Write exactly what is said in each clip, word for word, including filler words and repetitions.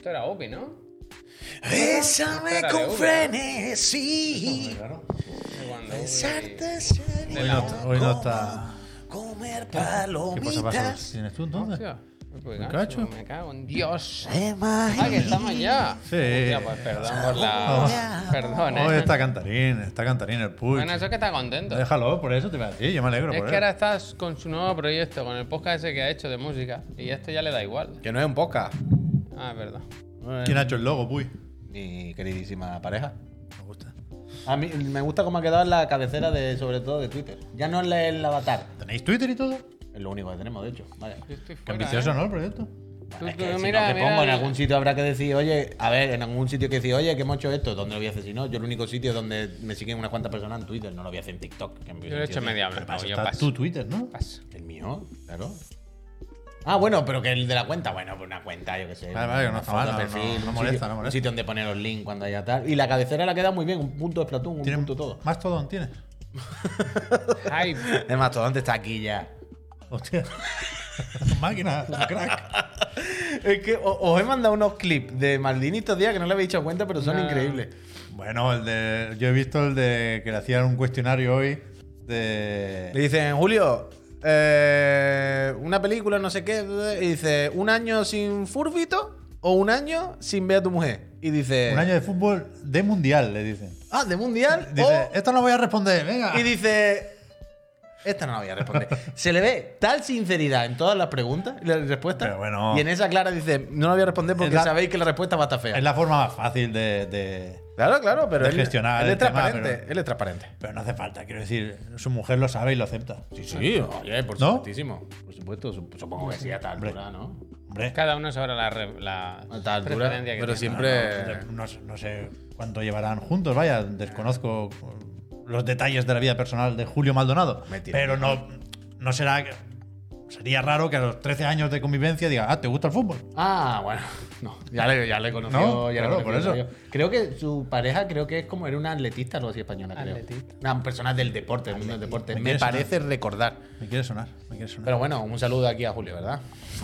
Esto era Opi, ¿no? Bésame Era con de Uber, frenesí. Claro. Cuando Besarte Ubi- Hoy no, está- hoy no está. Comer ¿Qué pasa, palomitas. ¿Tienes tú entonces? Hostia, pues, ¿Me gacho, cacho? me cago en Dios. De Ah, que estamos ya. Sí. Hostia, pues perdón por la... Perdón, Hoy ¿eh? está cantarín, está cantarín el Puig. Bueno, eso es que está contento. Déjalo, por eso te iba a decir, yo me alegro Es por que él. ahora estás con su nuevo proyecto, con el podcast ese que ha hecho de música. Y esto ya le da igual. Que no es un podcast. Ah, es verdad. ¿Quién ha hecho el logo, Puig? Mi queridísima pareja. Me gusta. A mí me gusta cómo ha quedado en la cabecera de, sobre todo de Twitter. Ya no es la- el avatar. ¿Tenéis Twitter y todo? Es lo único que tenemos, de hecho. Vaya. Yo estoy Qué fuera, ambicioso, ¿eh? ¿no? El proyecto. Tú- Es tú- que si mira, no te mira pongo en el- algún sitio habrá que decir, oye, a ver, en algún sitio que decir, oye, que hemos hecho esto, ¿dónde lo voy a hacer si no? Yo el único sitio donde me siguen unas cuantas personas en Twitter, no lo voy a hacer en TikTok. Que en Yo lo he hecho media hora. Para eso Yo está paso. tu Twitter, ¿no? Paso. El mío, claro. Ah, bueno, pero que el de la cuenta, bueno, pues una cuenta, yo qué sé. Vale, vale, que no una está foto mal, de no, perfil, no, no un molesta, sitio- no molesta. Un sitio donde poner los links cuando haya tal. Y la cabecera la queda muy bien, un punto de Splatoon, un ¿Tiene punto todo. Mastodon tienes? Hype. Es más, todo antes está aquí ya. Hostia. Máquina, crack. Es que o- os he mandado unos clips de Maldini estos días que no le habéis hecho cuenta, pero son No. increíbles. Bueno, el de. Yo he visto el de que le hacían un cuestionario hoy Le de. dicen, Julio, eh, una película, no sé qué, y dice, ¿un año sin Furbito o un año sin ver a tu mujer? Y dice, Un año de fútbol de mundial, le dicen. ah, de mundial. Dice, o- esto no voy a responder, venga. y dice, esta no la voy a responder. Se le ve tal sinceridad en todas las preguntas y las respuestas. Pero bueno. Y en esa clara dice, no la voy a responder porque Es la- sabéis que la respuesta va a estar fea. Es la forma más fácil de. de- Claro, claro, pero de él, gestionar él el es tema, transparente. pero- Él es transparente. Pero no hace falta, quiero decir, su mujer lo sabe y lo acepta. Sí, sí, oye, por ¿No? supuestísimo. Por supuesto, sup- supongo que sí, a tal altura, ¿no? Hombre, Cada uno sabrá la, re- la A tal altura, preferencia que pero tiene. siempre... no, sé- no sé cuánto llevarán juntos, vaya, desconozco los detalles de la vida personal de Julio Maldonado. Me tira Pero miedo. no, no será. que- Sería raro que a los trece años de convivencia diga, ah, ¿te gusta el fútbol? Ah, bueno, no, ya le, ya le conoció. No, ya le claro, conoció por el rollo. Creo que su pareja, creo que es como era una atletista, algo así española, creo. Atletista. Una persona del deporte, del mundo del deporte. Me Me, quiere sonar. parece recordar. Me quiere sonar, me quiere sonar. Pero bueno, un saludo aquí a Julio, ¿verdad?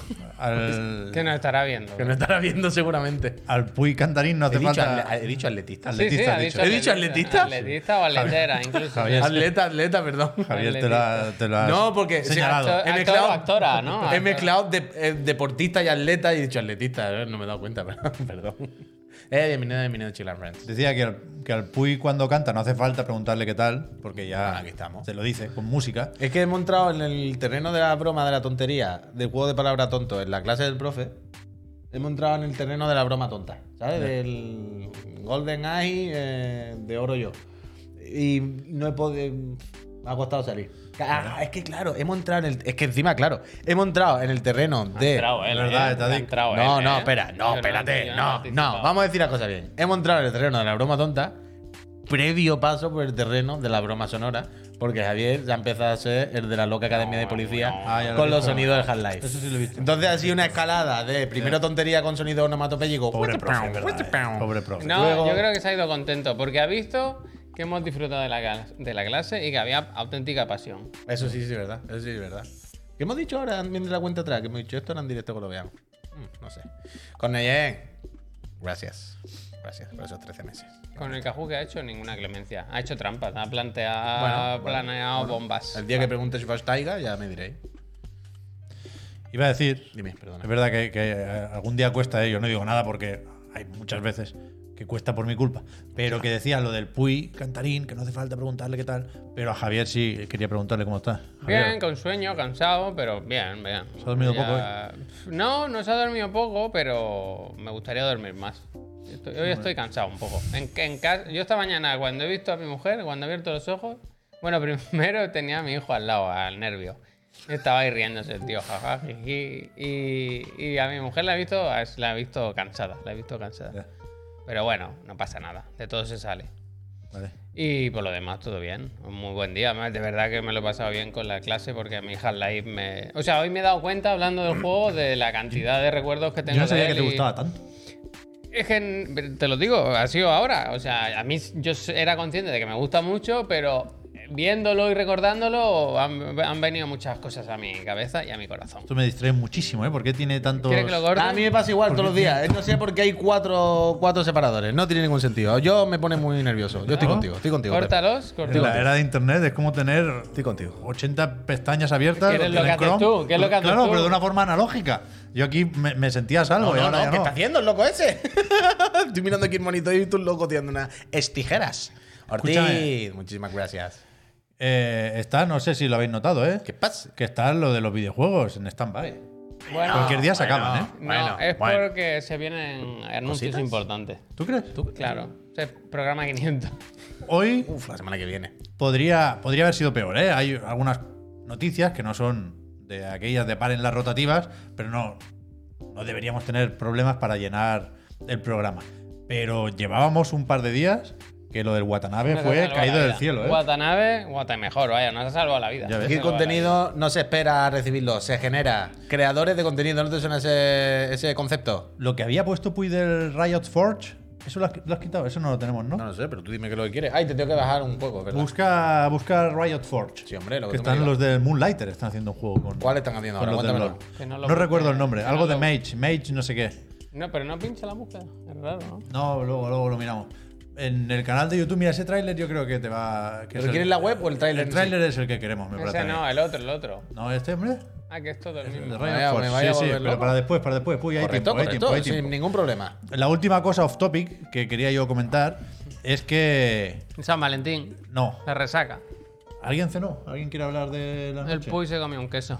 al, Que nos estará viendo. Que nos estará viendo seguramente. al Puy Cantarín no hace He dicho, falta. atle- he dicho atletista. Sí, sí, Atletista, ha has dicho dicho. ¿He dicho atletista? Atletista o atletera, incluso. Javier. Atleta, atleta, perdón. Javier te lo ha, te lo ha No, porque señalado. Actor- he actor mezclado, o actora, ¿no? he mezclado de- eh, deportista y atleta y he dicho atletista. eh, No me he dado cuenta, pero- perdón. Eh, bienvenido, bienvenido a Chill and Friends. Decía que al, que al Puy cuando canta no hace falta preguntarle qué tal, porque ya Bueno, aquí estamos. se lo dice con música. Es que hemos entrado en el terreno de la broma, de la tontería, del juego de palabra tonto en la clase del profe. Hemos entrado en el terreno de la broma tonta, ¿sabes? Del Golden Eye eh, de oro yo. Y no he podido. Me ha costado salir. Ah, es que claro, hemos entrado en el. Es que encima, claro, hemos entrado en el terreno de. Entrado él, verdad, eh, te ha ha dicho. entrado No, él, no, eh. espera, Yo no, espérate, yo he no, no, anticipado. vamos a decir las cosas bien. Hemos entrado en el terreno de la broma tonta, previo paso por el terreno de la broma sonora, porque Javier ya empezó a ser el de la loca academia de policía no, Ah, ya lo he con los visto. sonidos del Half-Life. Eso sí lo he visto. Entonces ha sido una escalada de primero tontería con sonido onomatopéyico. Pobre profe, en verdad, eh. Pobre profe. No, Luego- yo creo que se ha ido contento porque ha visto que hemos disfrutado de la, clas- de la clase y que había auténtica pasión. Eso sí, sí, es verdad. Eso sí, es verdad. ¿Qué hemos dicho ahora mientras la cuenta atrás? Que hemos dicho esto ahora en directo que lo veamos. Mm, no sé. Con Neyen, gracias. Gracias por esos trece meses. Con el Cajú que ha hecho, ninguna clemencia. Ha hecho trampas, ha planteado, Bueno, ha bueno, planeado bueno. bombas. El día que pregunte si fue Taiga, ya me diréis. Iba a decir, Dime, perdona. es verdad que, que, eh, algún día cuesta ello, no digo nada porque hay muchas veces que cuesta por mi culpa, pero que decía lo del Puy Cantarín, que no hace falta preguntarle qué tal, pero a Javier sí quería preguntarle cómo está. Javier, Bien, con sueño, cansado, pero bien, bien. ¿Se ha dormido Ya- poco No, no se ha dormido poco, pero me gustaría dormir más. Estoy- hoy estoy cansado un poco. En, en casa, yo esta mañana, cuando he visto a mi mujer, cuando he abierto los ojos, bueno, primero tenía a mi hijo al lado, al nervio. Estaba ahí riéndose el tío, jaja, jiji, y, y a mi mujer la he visto, la he visto cansada, la he visto cansada. Ya. Pero bueno, no pasa nada, de todo se sale. vale. Y por lo demás, todo bien. Un muy buen día. Además, de verdad que me lo he pasado bien con la clase porque a mi Half-Life me. O sea, hoy me he dado cuenta, hablando del juego, de la cantidad de recuerdos que tengo. Yo no de sabía que él te y- gustaba tanto. Es que te lo digo, ha sido ahora. O sea, a mí yo era consciente de que me gusta mucho, pero viéndolo y recordándolo han, han venido muchas cosas a mi cabeza y a mi corazón. Esto me distrae muchísimo, ¿eh? ¿Por qué tiene tantos...? ¿Quieres que lo corte? A mí me pasa igual todos los días. No sé por qué hay cuatro, cuatro separadores. No tiene ningún sentido. Yo me pone muy nervioso. Yo estoy ¿No? contigo, estoy contigo. Pep. Córtalos, En córtalos. la era de internet es como tener Estoy contigo. ochenta pestañas abiertas. ¿Qué es lo en que haces Chrome. tú? ¿Qué es lo que haces Claro, tú? pero de una forma analógica. Yo aquí me, me sentía a salvo No, y no, ahora no, ya ¿qué no. está haciendo el loco ese? Estoy mirando aquí el monitor y tú el loco tirando unas tijeras. Ortiz, Escúchame. muchísimas gracias. Eh, está, no sé si lo habéis notado, ¿eh? ¿Qué pasa? Que está lo de los videojuegos en stand-by. Bueno, Cualquier día se bueno. acaban, ¿eh? no, Bueno, es bueno. porque se vienen anuncios ¿Cositas? importantes. ¿Tú crees? ¿Tú? Claro, es programa quinientos. Hoy Uf, la semana que viene. podría, podría haber sido peor, ¿eh? Hay algunas noticias que no son de aquellas de paren las rotativas, pero no, no deberíamos tener problemas para llenar el programa. Pero llevábamos un par de días que lo del Watanabe Nos ha fue salvado caído la del vida. cielo, ¿eh? Watanabe, Wata mejor, vaya, nos ha salvado la vida. Ya ves. Aquí el Nos ha salvado la vida. contenido no se espera a recibirlo, se genera. Creadores de contenido, ¿no te suena ese, ese concepto? Lo que había puesto Puy del Riot Forge, ¿eso lo has, lo has quitado? Eso no lo tenemos, ¿no? No lo sé, pero tú dime qué es lo que quieres. Ay, te tengo que bajar un poco, ¿verdad? Busca, busca Riot Forge. Sí, hombre, lo que que tú me están digas. los del Moonlighter, están haciendo un juego con. ¿Cuál están haciendo con ahora? los del Cuéntamelo. LoL. Que no No, lo recuerdo busque, el nombre, que algo no de lo- Mage, Mage no sé qué. No, pero no pincha la búsqueda. Es raro, ¿no? No, luego, luego lo miramos. En el canal de YouTube, mira ese tráiler, yo creo que te va. Que ¿Pero es el- quieres la web o el tráiler El en tráiler es el que queremos, me parece. Ese a mí. no, el otro, el otro. No, este, hombre. Ah, que es todo el El de mismo. Riot vaya- Forge. me vaya a Sí, sí, volver pero loco. para después, para después. Puy, hay Correcto, tiempo, hay correcto, tiempo, hay sin tiempo. ningún problema. La última cosa off topic que quería yo comentar es que. San Valentín, No. la resaca. ¿Alguien cenó? ¿Alguien quiere hablar de la El noche? Puy se comió un queso.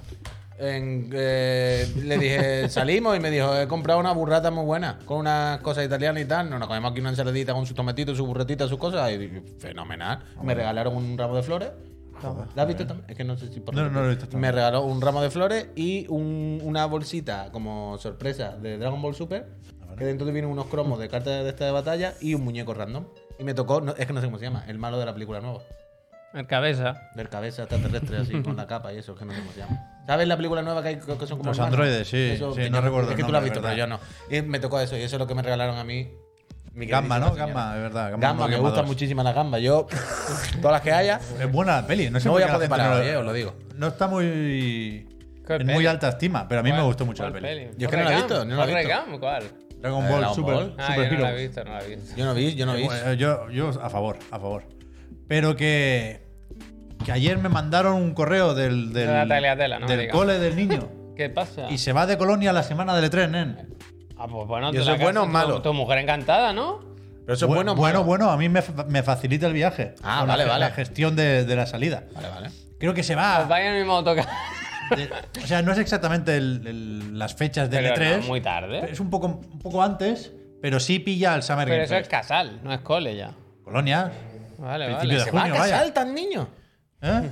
En, eh, le dije, salimos y me dijo, he comprado una burrata muy buena, con unas cosas italianas y tal. Nos comemos aquí una ensaladita con sus tomatitos, su burretita, sus cosas. Y dije, fenomenal. Me regalaron un ramo de flores. ¿La has visto también? Es que no sé si por No, no lo he visto también. Me regaló un ramo de flores y un- una bolsita como sorpresa de Dragon Ball Super. Que dentro te vienen unos cromos de cartas de esta de batalla y un muñeco random. Y me tocó, no- es que no sé cómo se llama, el malo de la película nueva. El cabeza. Del cabeza extraterrestre así, con la capa y eso, es que no sé cómo se llama. ¿Sabes la película nueva que hay que son como Los hermanos? androides, sí, sí, que no yo- recuerdo Es que el tú lo has nombre, visto, pero yo ¿verdad? no. Y me tocó eso, y eso es lo que me regalaron a mí. mi Gamba, ¿no? queridísima señora. Gamba, es verdad. Gamba, Gamba, uno, me Gamba gustan dos. muchísimas las gambas. Yo, todas las que haya, Es buena la peli. No sé no por voy qué a la poder gente parar no hoy, lo- eh, os lo digo. No está muy. ¿Qué En peli? muy alta estima, pero a mí me ¿Cuál- gustó mucho la cuál peli. Yo es que no la he Forrest visto, Gump, no la he Forrest visto. Gump, ¿cuál? Dragon Eh, Ball Dragon Super, Ball. Ah, Super yo no la he Hero. visto, no la he visto. Yo no vi, yo no vi. Bueno, yo, yo a favor, a favor. Pero que. Que ayer me mandaron un correo del, del, De la tagliatella, no me del digas. cole del niño. ¿Qué pasa? Y se va de Colonia la semana del E tres, nen. Ah, pues bueno, ¿Y te eso la es bueno o casa- malo? Tu, tu mujer encantada, ¿no? Pero eso es Bu- bueno o bueno, malo. bueno, a mí me, fa- me facilita el viaje. Ah, Con vale, la, vale. La gestión de, de la salida. Vale, vale. Creo que se Pues va. vaya en el mismo autocar. de- o sea, no es exactamente el- el- las fechas del Pero E tres. no, muy tarde. Es un poco, un poco antes, pero sí pilla el Summer Pero Game eso es Fest. casal, no es cole ya. Colonia. Vale, Principio vale. de ¿Se va a junio, vaya. casar tan niño? ¿Eh?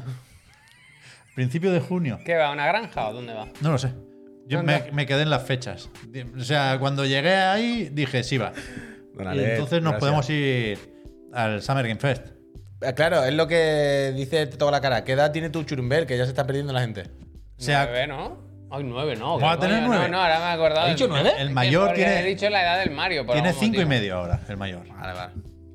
Principio de junio. ¿Qué va? ¿A una granja o dónde va? No lo sé. Yo ¿Dónde? me, me quedé en las fechas. O sea, cuando llegué ahí dije sí va. Y entonces nos podemos ir al Summer Game Fest. Eh, Claro, es lo que dice toda la cara. ¿Qué edad tiene tu churumber? Que ya se está perdiendo la gente. O sea, Nueve, ¿no? Ay, nueve, no. ¿Va a ¿qué tener coño? nueve? No, no, ahora me he acordado. ¿Ha del- dicho nueve? El Es mayor porque tiene- He dicho la edad del Mario. por tiene algún cinco y motivo. medio ahora, el mayor. Vale, vale.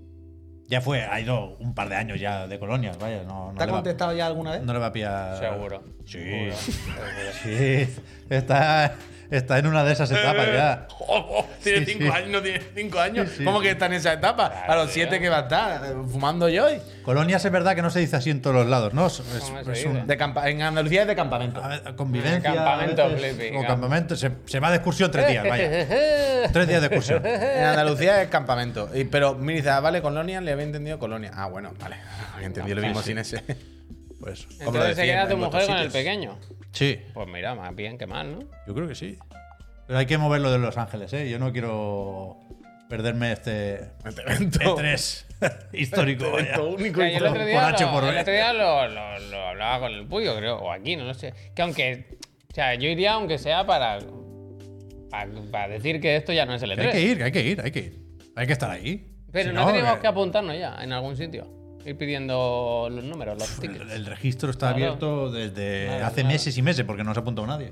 Ya fue, ha ido un par de años ya de colonias, vaya. No, no ¿Te ha le va- contestado ya alguna vez? No le va a pillar. Seguro. Sí. Seguro, seguro. Sí. Está, está en una de esas etapas ya. tiene Sí, cinco sí. años, no tiene cinco años. Sí, sí. ¿Cómo que está en esa etapa? Claro, a los tío. siete que va a estar, eh, fumando yo. y- Colonias es verdad que no se dice así en todos los lados, ¿no? Es, es- ¿Cómo se es dice? un- De campa- en Andalucía es de campamento. a ver, convivencia. Campamento, a veces, Flippy, o camp- campamento. Se, se va de excursión tres días, vaya. Tres días de excursión. En Andalucía es campamento. Y- pero me dice, ah, vale, Colonia, le había entendido Colonia. Ah, bueno, vale. Había entendido lo mismo sin ese. Pues Como lo Entonces se decían queda tu en mujer otros con el sitios. pequeño. sí, Pues mira, más bien que mal, ¿no? yo creo que sí. Pero hay que moverlo de Los Ángeles, ¿eh? Yo no quiero perderme este Este evento. E tres histórico. vaya. Evento único O sea, y yo el todo. otro día, por H o lo, por B. el otro día lo, lo- lo hablaba con el Puyo, creo, o aquí, no lo sé. Que aunque. O sea, yo iría aunque sea para. Para, para decir que esto ya no es el E Que hay tres. que ir, que hay que ir, hay que ir. Hay que estar ahí. Pero Si no, tenemos eh, que apuntarnos ya en algún sitio. Ir pidiendo los números, los El, tickets. el registro está Claro. abierto desde Claro, hace claro. meses y meses porque no se ha apuntado nadie.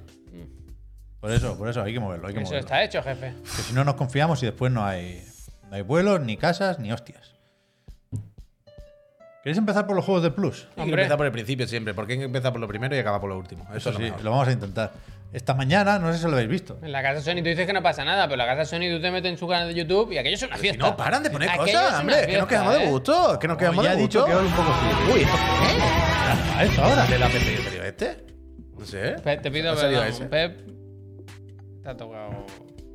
Por eso, por eso hay que moverlo, hay que Eso moverlo. está hecho, jefe. Que si no nos confiamos y después no hay, no hay vuelos, ni casas, ni hostias. ¿Queréis empezar por los juegos de Plus? Hay que Hombre. empezar por el principio siempre, porque hay que empezar por lo primero y acabar por lo último. Eso, Eso es lo sí, mejor. lo vamos a intentar. Esta mañana, no sé si lo habéis visto. En la casa Sony tú dices que no pasa nada, pero en la casa Sony tú te metes en su canal de YouTube y aquello es una Si fiesta. no, paran de poner Aquello es cosas, una hombre. Es que nos fiesta, quedamos de ¿eh? gusto. Es que nos quedamos ya de he dicho gusto. que hoy un poco frío. Uy, ¿esto qué es? A esto ahora. ¿De la P C salió este? No sé. Pep, te pido Ha salido perdón. ese. Pep, te ha tocado.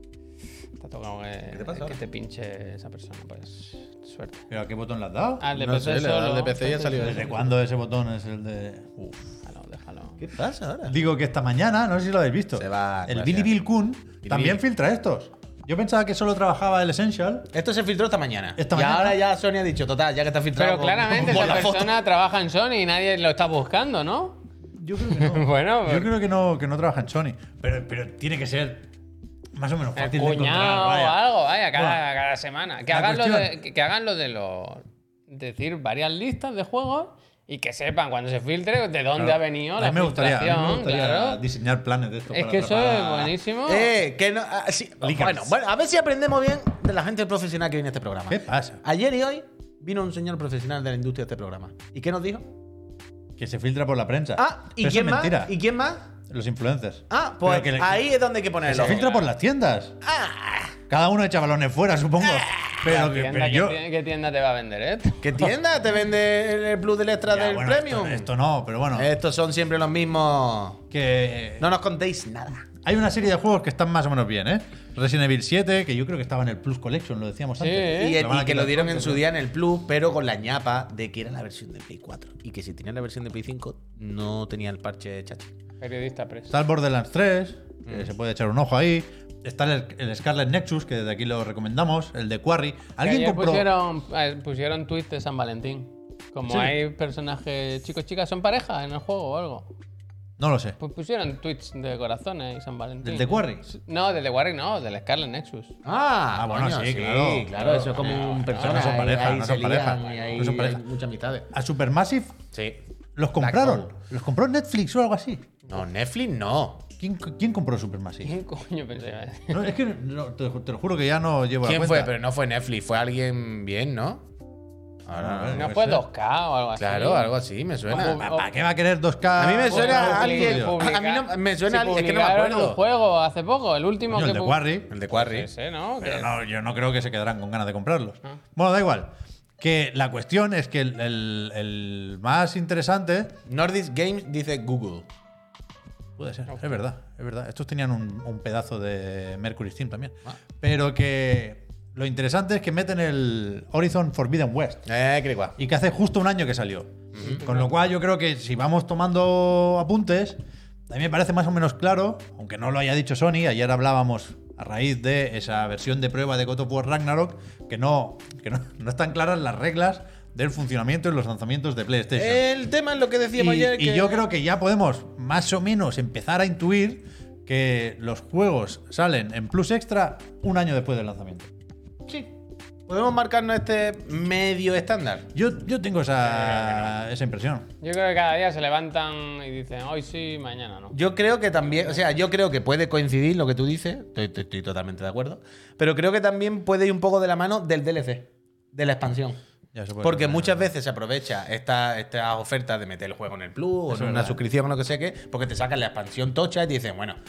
Te ha tocado que, te pasa que ahora? te pinche esa persona. Pues suerte. ¿Pero a qué botón le has dado? Al de No P C sé, le da solo. al de P C y ha salido solo. ese. ¿Desde cuándo ese botón es el de...? Uf. Déjalo, déjalo. ¿Qué pasa ahora? Digo que esta mañana, no sé si lo habéis visto, Se va, el gracias. Billy Bill Kun también Bill. filtra estos. Yo pensaba que solo trabajaba el Essential. Esto se filtró esta mañana. Esta y mañana. ahora ya Sony ha dicho, total, ya que está filtrado. Pero por- claramente por esa la foto. persona trabaja en Sony y nadie lo está buscando, ¿no? Yo creo que no. Bueno, Yo creo que no, que no trabaja en Sony. Pero, pero tiene que ser más o menos el fácil de encontrar. cuñado o vaya. algo, vaya, cada, Bueno, cada semana. Que la hagan, lo de, cuestión- que, que hagan lo de los. Decir varias listas de juegos y que sepan cuando se filtre de dónde Claro. ha venido A la mí me gustaría, a mí me filtración, gustaría claro. diseñar planes de esto. Es para que eso es preparar- buenísimo. Eh, que no. ah, sí, Leakers. bueno, bueno, a ver si aprendemos bien de la gente profesional que viene a este programa. ¿Qué pasa? Ayer y hoy vino un señor profesional de la industria de este programa. ¿Y qué nos dijo? Que se filtra por la prensa. Ah, ¿y Pero eso quién es más? mentira. ¿Y quién más? Los influencers. Ah, pues Pero que le- ahí es donde hay que que ponerlo. se filtra por las tiendas. Ah, Cada uno echa balones fuera, supongo. Pero, que, Tienda, pero ¿qué, yo. tienda, qué tienda te va a vender, eh? ¿qué tienda te vende el plus del extra Ya, del bueno, premium? Esto, esto no, pero bueno. Estos son siempre los mismos. Que No nos contéis nada. hay una serie de juegos que están más o menos bien, ¿eh? Resident Evil siete, que yo creo que estaba en el Plus Collection, lo decíamos Sí, antes. ¿eh? Y, el- Lo van a y que quitar lo dieron en pronto, su ¿no? día en el Plus, pero con la ñapa de que era la versión de Play cuatro. Y que si tenía la versión de Play cinco, no tenía el parche chachi. Periodista press. Está el Borderlands tres, que Mm. se puede echar un ojo ahí. Está el, el Scarlet Nexus, que desde aquí lo recomendamos. El de Quarry. Que ¿Alguien ayer compró? pusieron, eh, pusieron tweets de San Valentín. Como Sí. hay personajes chicos, chicas, ¿son pareja en el juego o algo? No lo sé. Pues pusieron tweets de corazones y San Valentín. ¿Del de Quarry? No, del de Quarry no, del Scarlet Nexus. Ah, Ah, bueno, coño, sí, claro, claro, claro. eso es como un persona. no son ahí- pareja, ahí no se son pareja, lían y ahí no son hay pareja. muchas amistades. A Supermassive Sí. los Black compraron. Hole. Los compró Netflix o algo así. No, Netflix no. ¿Quién, quién compró Supermassive? ¿Quién coño pensé? No, es que no, te, te lo juro que ya no llevo ¿Quién la fue? cuenta. Pero no fue Netflix, fue alguien bien, ¿no? Ahora, a ver, ¿No puede fue ser. dos K o algo así? Claro, algo así, me suena. Ojo, ¿Para qué va a querer dos K? A mí me Pues suena publi- a alguien. publica- A mí no, me suena a si alguien. Es que no me publicaron acuerdo. un juego hace poco, el último Coño, que el de pu- Quarry. El de Quarry. Ese, ¿no? Pero Que- no, yo no creo que se quedarán con ganas de comprarlos. Ah. Bueno, da igual. Que la cuestión es que el, el- el más interesante. Nordic Games dice Google. Puede ser, es verdad, es verdad. Estos tenían un, un pedazo de Mercury Steam también. Ah. Pero que lo interesante es que meten el Horizon Forbidden West. Eh, creo igual. Y que hace justo un año que salió. Con lo cual yo creo que si vamos tomando apuntes, a mí me parece más o menos claro, aunque no lo haya dicho Sony, ayer hablábamos a raíz de esa versión de prueba de God of War Ragnarok, que no, que no, no están claras las reglas del funcionamiento y los lanzamientos de PlayStation. El tema es lo que decíamos Y, ayer. y que- yo creo que ya podemos más o menos empezar a intuir que los juegos salen en Plus Extra un año después del lanzamiento. Sí. Podemos marcarnos este medio estándar. Yo, yo tengo esa, esa impresión. Yo creo que cada día se levantan y dicen, hoy sí, mañana no. Yo creo que también, o sea, yo creo que puede coincidir lo que tú dices, estoy, estoy- estoy totalmente de acuerdo, pero creo que también puede ir un poco de la mano del D L C, de la expansión. Ya se puede Porque ver. muchas veces se aprovecha esta- estas ofertas de meter el juego en el Plus o Eso en es una verdad. suscripción o lo que sea que, porque te sacan la expansión tocha y te dicen, bueno,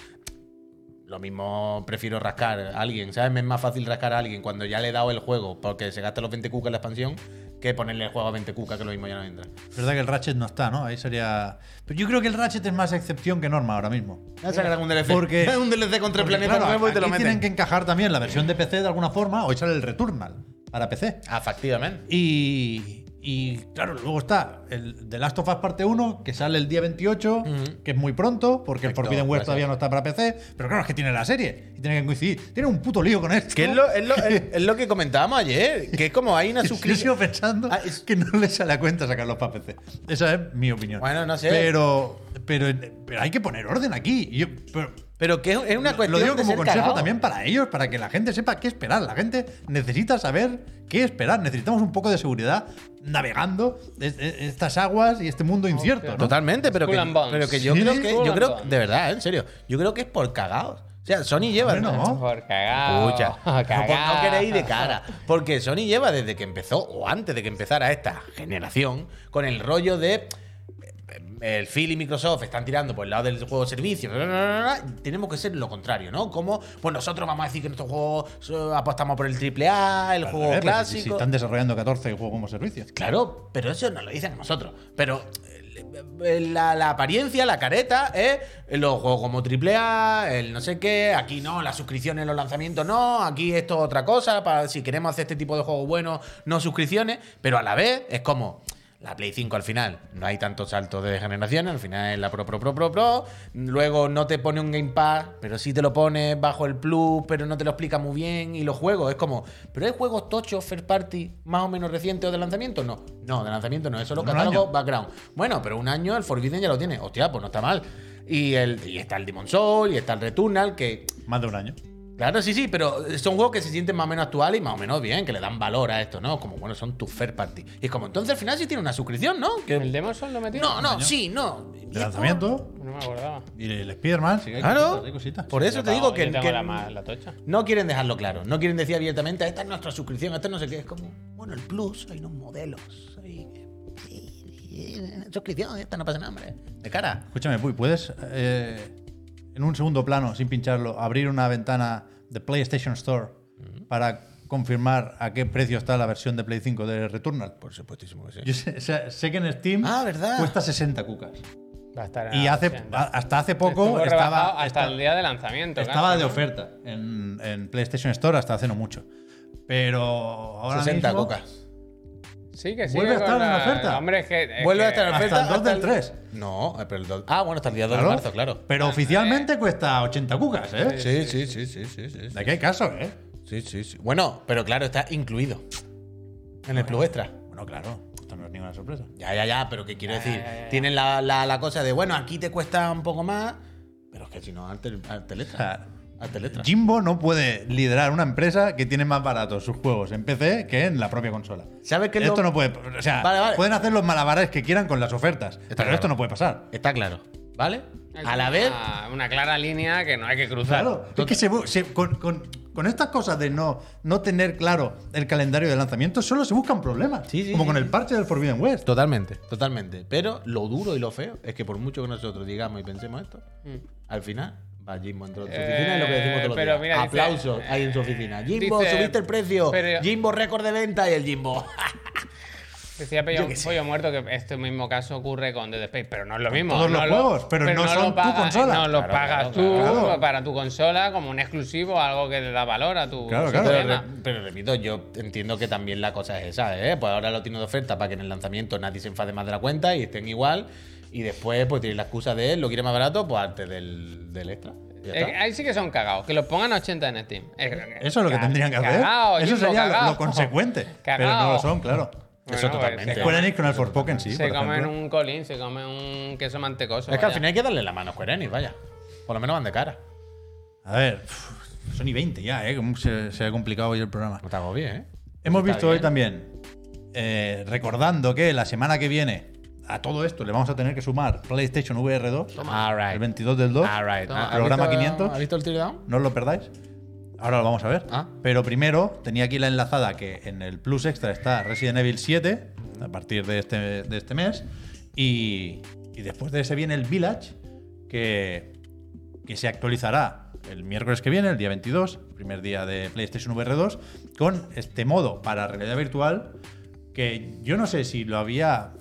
lo mismo prefiero rascar a alguien, ¿sabes? Me es más fácil rascar a alguien cuando ya le he dado el juego porque se gasta los veinte cucas en la expansión que ponerle el juego a veinte cucas que lo mismo ya no entra. Es verdad que el Ratchet no está, ¿no? Ahí sería. Pero yo creo que el Ratchet es más excepción que norma ahora mismo. Ya sacarán un D L C. Porque- un D L C contra el Porque, planeta claro, nuevo y te lo aquí meten. tienen que encajar también la versión de P C de alguna forma o echar el Returnal para P C. Ah, efectivamente. Y, y claro, luego está el The Last of Us Parte uno, que sale el día veintiocho, Ujú. que es muy pronto, porque Perfecto, el Forbidden West gracias. todavía no está para P C. Pero claro, es que tiene la serie y tiene que coincidir. Tiene un puto lío con esto. Que es lo, es, lo, es, es lo que comentábamos ayer, que es como hay una Yo sigo suscripción. pensando Ah, es- que no les sale a cuenta sacarlos para P C. Esa es mi opinión. Bueno, no sé. Pero, pero, pero hay que poner orden aquí. Yo- pero- Pero que es es una cuestión lo digo de como ser consejo cagao. también para ellos, para que la gente sepa qué esperar. La gente necesita saber qué esperar. Necesitamos un poco de seguridad navegando es- es- estas aguas y este mundo incierto. ¿no? Totalmente, pero que, Skull and Bones. pero que yo Sí, creo sí, que, Skull yo and creo, Bones. de verdad, en serio, yo creo que es por cagados. O sea, Sony lleva... Hombre, no. Por cagado. Escucha, no, cagao. pues no queréis de cara. Porque Sony lleva desde que empezó, o antes de que empezara esta generación, con el rollo de... El Phil y Microsoft están tirando por el lado del juego de servicio. Tenemos que ser lo contrario, ¿no? Como, pues nosotros vamos a decir que nuestro juego eh, apostamos por el triple A, el Claro, juego eh, pero clásico. Si, si están desarrollando catorce juegos como servicio. Claro, pero eso nos lo dicen a nosotros. Pero eh, la, la apariencia, la careta, es los juegos como triple A, el no sé qué, aquí no, las suscripciones, los lanzamientos no, aquí esto es otra cosa, para si queremos hacer este tipo de juegos buenos, no suscripciones, pero a la vez es como... La Play cinco al final no hay tantos saltos de generación, al final es la Pro, Pro, Pro, Pro, Pro. Luego no te pone un Game Pass, pero sí te lo pones bajo el Plus, pero no te lo explica muy bien. Y los juegos, es como, ¿pero hay juegos tochos, first party, más o menos recientes o de lanzamiento? No, no, de lanzamiento no, es solo Un catálogo, año. background. Bueno, pero un año el Forbidden ya lo tiene. Hostia, pues no está mal. Y, el, y está el Demon's Souls, y está el Returnal, que... Más de un año. Claro, sí, sí, pero son juegos que se sienten más o menos actuales y más o menos bien, que le dan valor a esto, ¿no? Como, bueno, son tus first party. Y es como, entonces al final sí tiene una suscripción, ¿no? Que- ¿El Demon's Souls lo metió? No, no, sí, no. De lanzamiento. No me acordaba. Y el Spider-Man. Sí, hay Claro. cositas, hay cositas. Por eso Yo te pago, digo que, yo tengo que la, ma- la tocha. no quieren dejarlo claro. No quieren decir abiertamente, esta es nuestra suscripción, esta no sé qué. Es como, bueno, el Plus, hay unos modelos. Hay... Suscripción, esta no pasa nada, hombre. De cara. Escúchame, Puy, ¿puedes eh, en un segundo plano, sin pincharlo, abrir una ventana de PlayStation Store para confirmar a qué precio está la versión de Play cinco de Returnal? Por supuestísimo que sí. Yo sé, sé- sé que en Steam Ah, ¿verdad? cuesta sesenta cucas. Va a estar Y a hace, ochenta. a- hasta hace poco Estuvo rebajado estaba, hasta estaba, el día de lanzamiento. estaba casi, de ¿no? oferta en, en PlayStation Store hasta hace no mucho. Pero ahora sesenta mismo, cocas. Sí, que sí. Vuelve a estar en oferta. Hombre, es que. es Vuelve a que- estar en hasta oferta. el dos del el- tres. No, eh, pero el dos. Ah, bueno, hasta el día dos Claro, de marzo, claro. Pero oficialmente cuesta ochenta cucas, ¿eh? Sí, sí, sí, sí, sí, sí. De aquí hay caso, ¿eh? Sí, sí, sí. Bueno, pero claro, está incluido. En el Plus Extra. Bueno, claro. Esto no es ninguna sorpresa. Ya, ya, ya, pero que quiero Ya, decir, ya, ya, ya. tienen la, la, la cosa de, bueno, aquí te cuesta un poco más, pero es que si no, al O Teletra. sea, Al Teletra. Jimbo no puede liderar una empresa que tiene más baratos sus juegos en P C que en la propia consola. ¿Sabes qué es Esto lo- no puede. O sea, Vale, vale. pueden hacer los malabares que quieran con las ofertas, pero claro. esto no puede pasar. Está claro, ¿vale? es A la una- vez, Una clara línea que no hay que cruzar. Claro, es que se bu- se- con, con- con estas cosas de no, no tener claro el calendario de lanzamiento, solo se buscan problemas. Sí, sí, como sí, con sí. el parche del Forbidden West. totalmente, totalmente. Pero lo duro y lo feo es que por mucho que nosotros digamos y pensemos esto, Mm. al final va Jimbo en su Eh, oficina y lo que decimos todos los pero días. mira, dice- Aplausos hay en su oficina. Jimbo, dice- subiste el precio. pero- Jimbo, récord de venta y el Jimbo. Decía Pollo, Yo qué sé. Pollo Muerto que este mismo caso ocurre con Dead Space, pero no es lo mismo. todos no los lo- juegos, pero no son lo tu pagas- consola. No lo Claro, pagas claro, tú claro. para tu consola como un exclusivo, algo que le da valor a tu Claro, claro. Pero, sistema. re- pero repito, yo entiendo que también la cosa es esa, ¿eh? Pues ahora lo tiene de oferta para que en el lanzamiento nadie se enfade más de la cuenta y estén igual. Y después, pues tiene la excusa de él, lo quiere más barato, pues antes del, del extra. Ya Eh, está. ahí sí que son cagados, que los pongan a ochenta en Steam. Eh, Eso es lo que ca- tendrían que hacer. cagao, Eso Jimbo, sería lo- cagao. lo consecuente. Pero Cagao. no lo son, claro. Eso Bueno, totalmente. pues, se Square Enix con el Forspoken, sí. Se por comen ejemplo. un colín, se comen un queso mantecoso. Es que al vaya. final hay que darle la mano a Square Enix, vaya. Por lo menos van de cara. A ver, uf, Sony veinte ya, ¿eh? Cómo se, se ha complicado hoy el programa. No te hago bien, ¿eh? Hemos Está visto hoy bien. también, eh, recordando que la semana que viene a todo esto le vamos a tener que sumar PlayStation V R dos, All right. el veintidós del dos, All right. Toma. ¿Has programa visto- quinientos. ¿Has visto el teardown? No os lo perdáis. Ahora lo vamos a ver. Ah. Pero primero tenía aquí la enlazada que en el Plus Extra está Resident Evil siete a partir de este, de este mes. Y, y después de ese viene el Village, que, que se actualizará el miércoles que viene, el día veintidós, primer día de PlayStation V R dos, con este modo para realidad virtual que yo no sé si lo había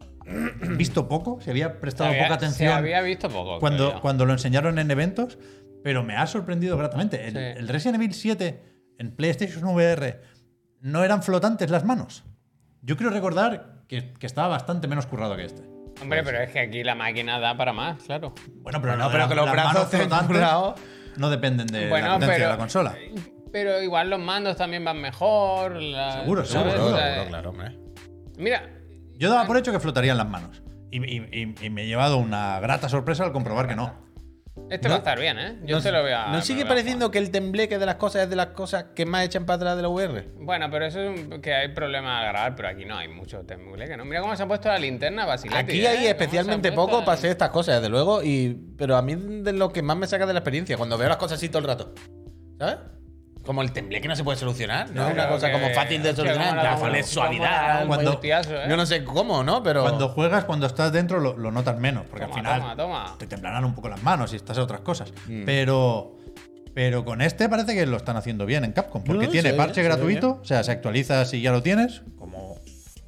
visto poco, si había prestado Se había- poca atención Se había visto poco. creo cuando, yo. cuando lo enseñaron en eventos, pero me ha sorprendido gratamente. El, Sí. el Resident Evil siete en PlayStation V R no eran flotantes las manos. Yo quiero recordar que, que estaba bastante menos currado que este. Hombre, pero es que aquí la máquina da para más, claro. Bueno, pero No, no, pero las- que los las brazos manos estén flotantes currados. no dependen de Bueno, la potencia pero- de la consola. Pero igual los mandos también van mejor. la- Seguro, ¿sabes? seguro, O sea, Seguro, claro, hombre. Mira, Yo daba por hecho que flotarían las manos. Y, y- y- y me he llevado una grata sorpresa al comprobar que no. Este No- va a estar bien, ¿eh? Yo ¿No, te lo voy a. ¿no me sigue lo voy a pareciendo jugar. que el tembleque de las cosas es de las cosas que más echan para atrás de la V R? Bueno, pero eso es un- que hay problema a grabar, pero aquí no hay mucho tembleque, ¿no? Mira cómo se ha puesto la linterna Basiletti. Aquí ¿eh? hay ¿Cómo especialmente se ha puesto poco la- para hacer estas cosas, desde luego, y pero a mí de lo que más me saca de la experiencia, cuando veo las cosas así todo el rato, ¿sabes? Como el tembleque no se puede solucionar, no es una Pero cosa que- como fácil de hostia, solucionar, cómo en la- plan, cómo- de cómo suavidad. la- Cuando- multiaso, ¿eh? Yo no sé cómo, ¿no? Pero Cuando juegas, cuando estás dentro, lo, lo notas menos, porque Toma, al final toma, toma. te temblarán un poco las manos y estás a otras cosas. Mm. Pero, pero con este parece que lo están haciendo bien en Capcom, porque No, tiene se ve parche bien, se ve gratuito, o sea, se actualiza si ya lo tienes, como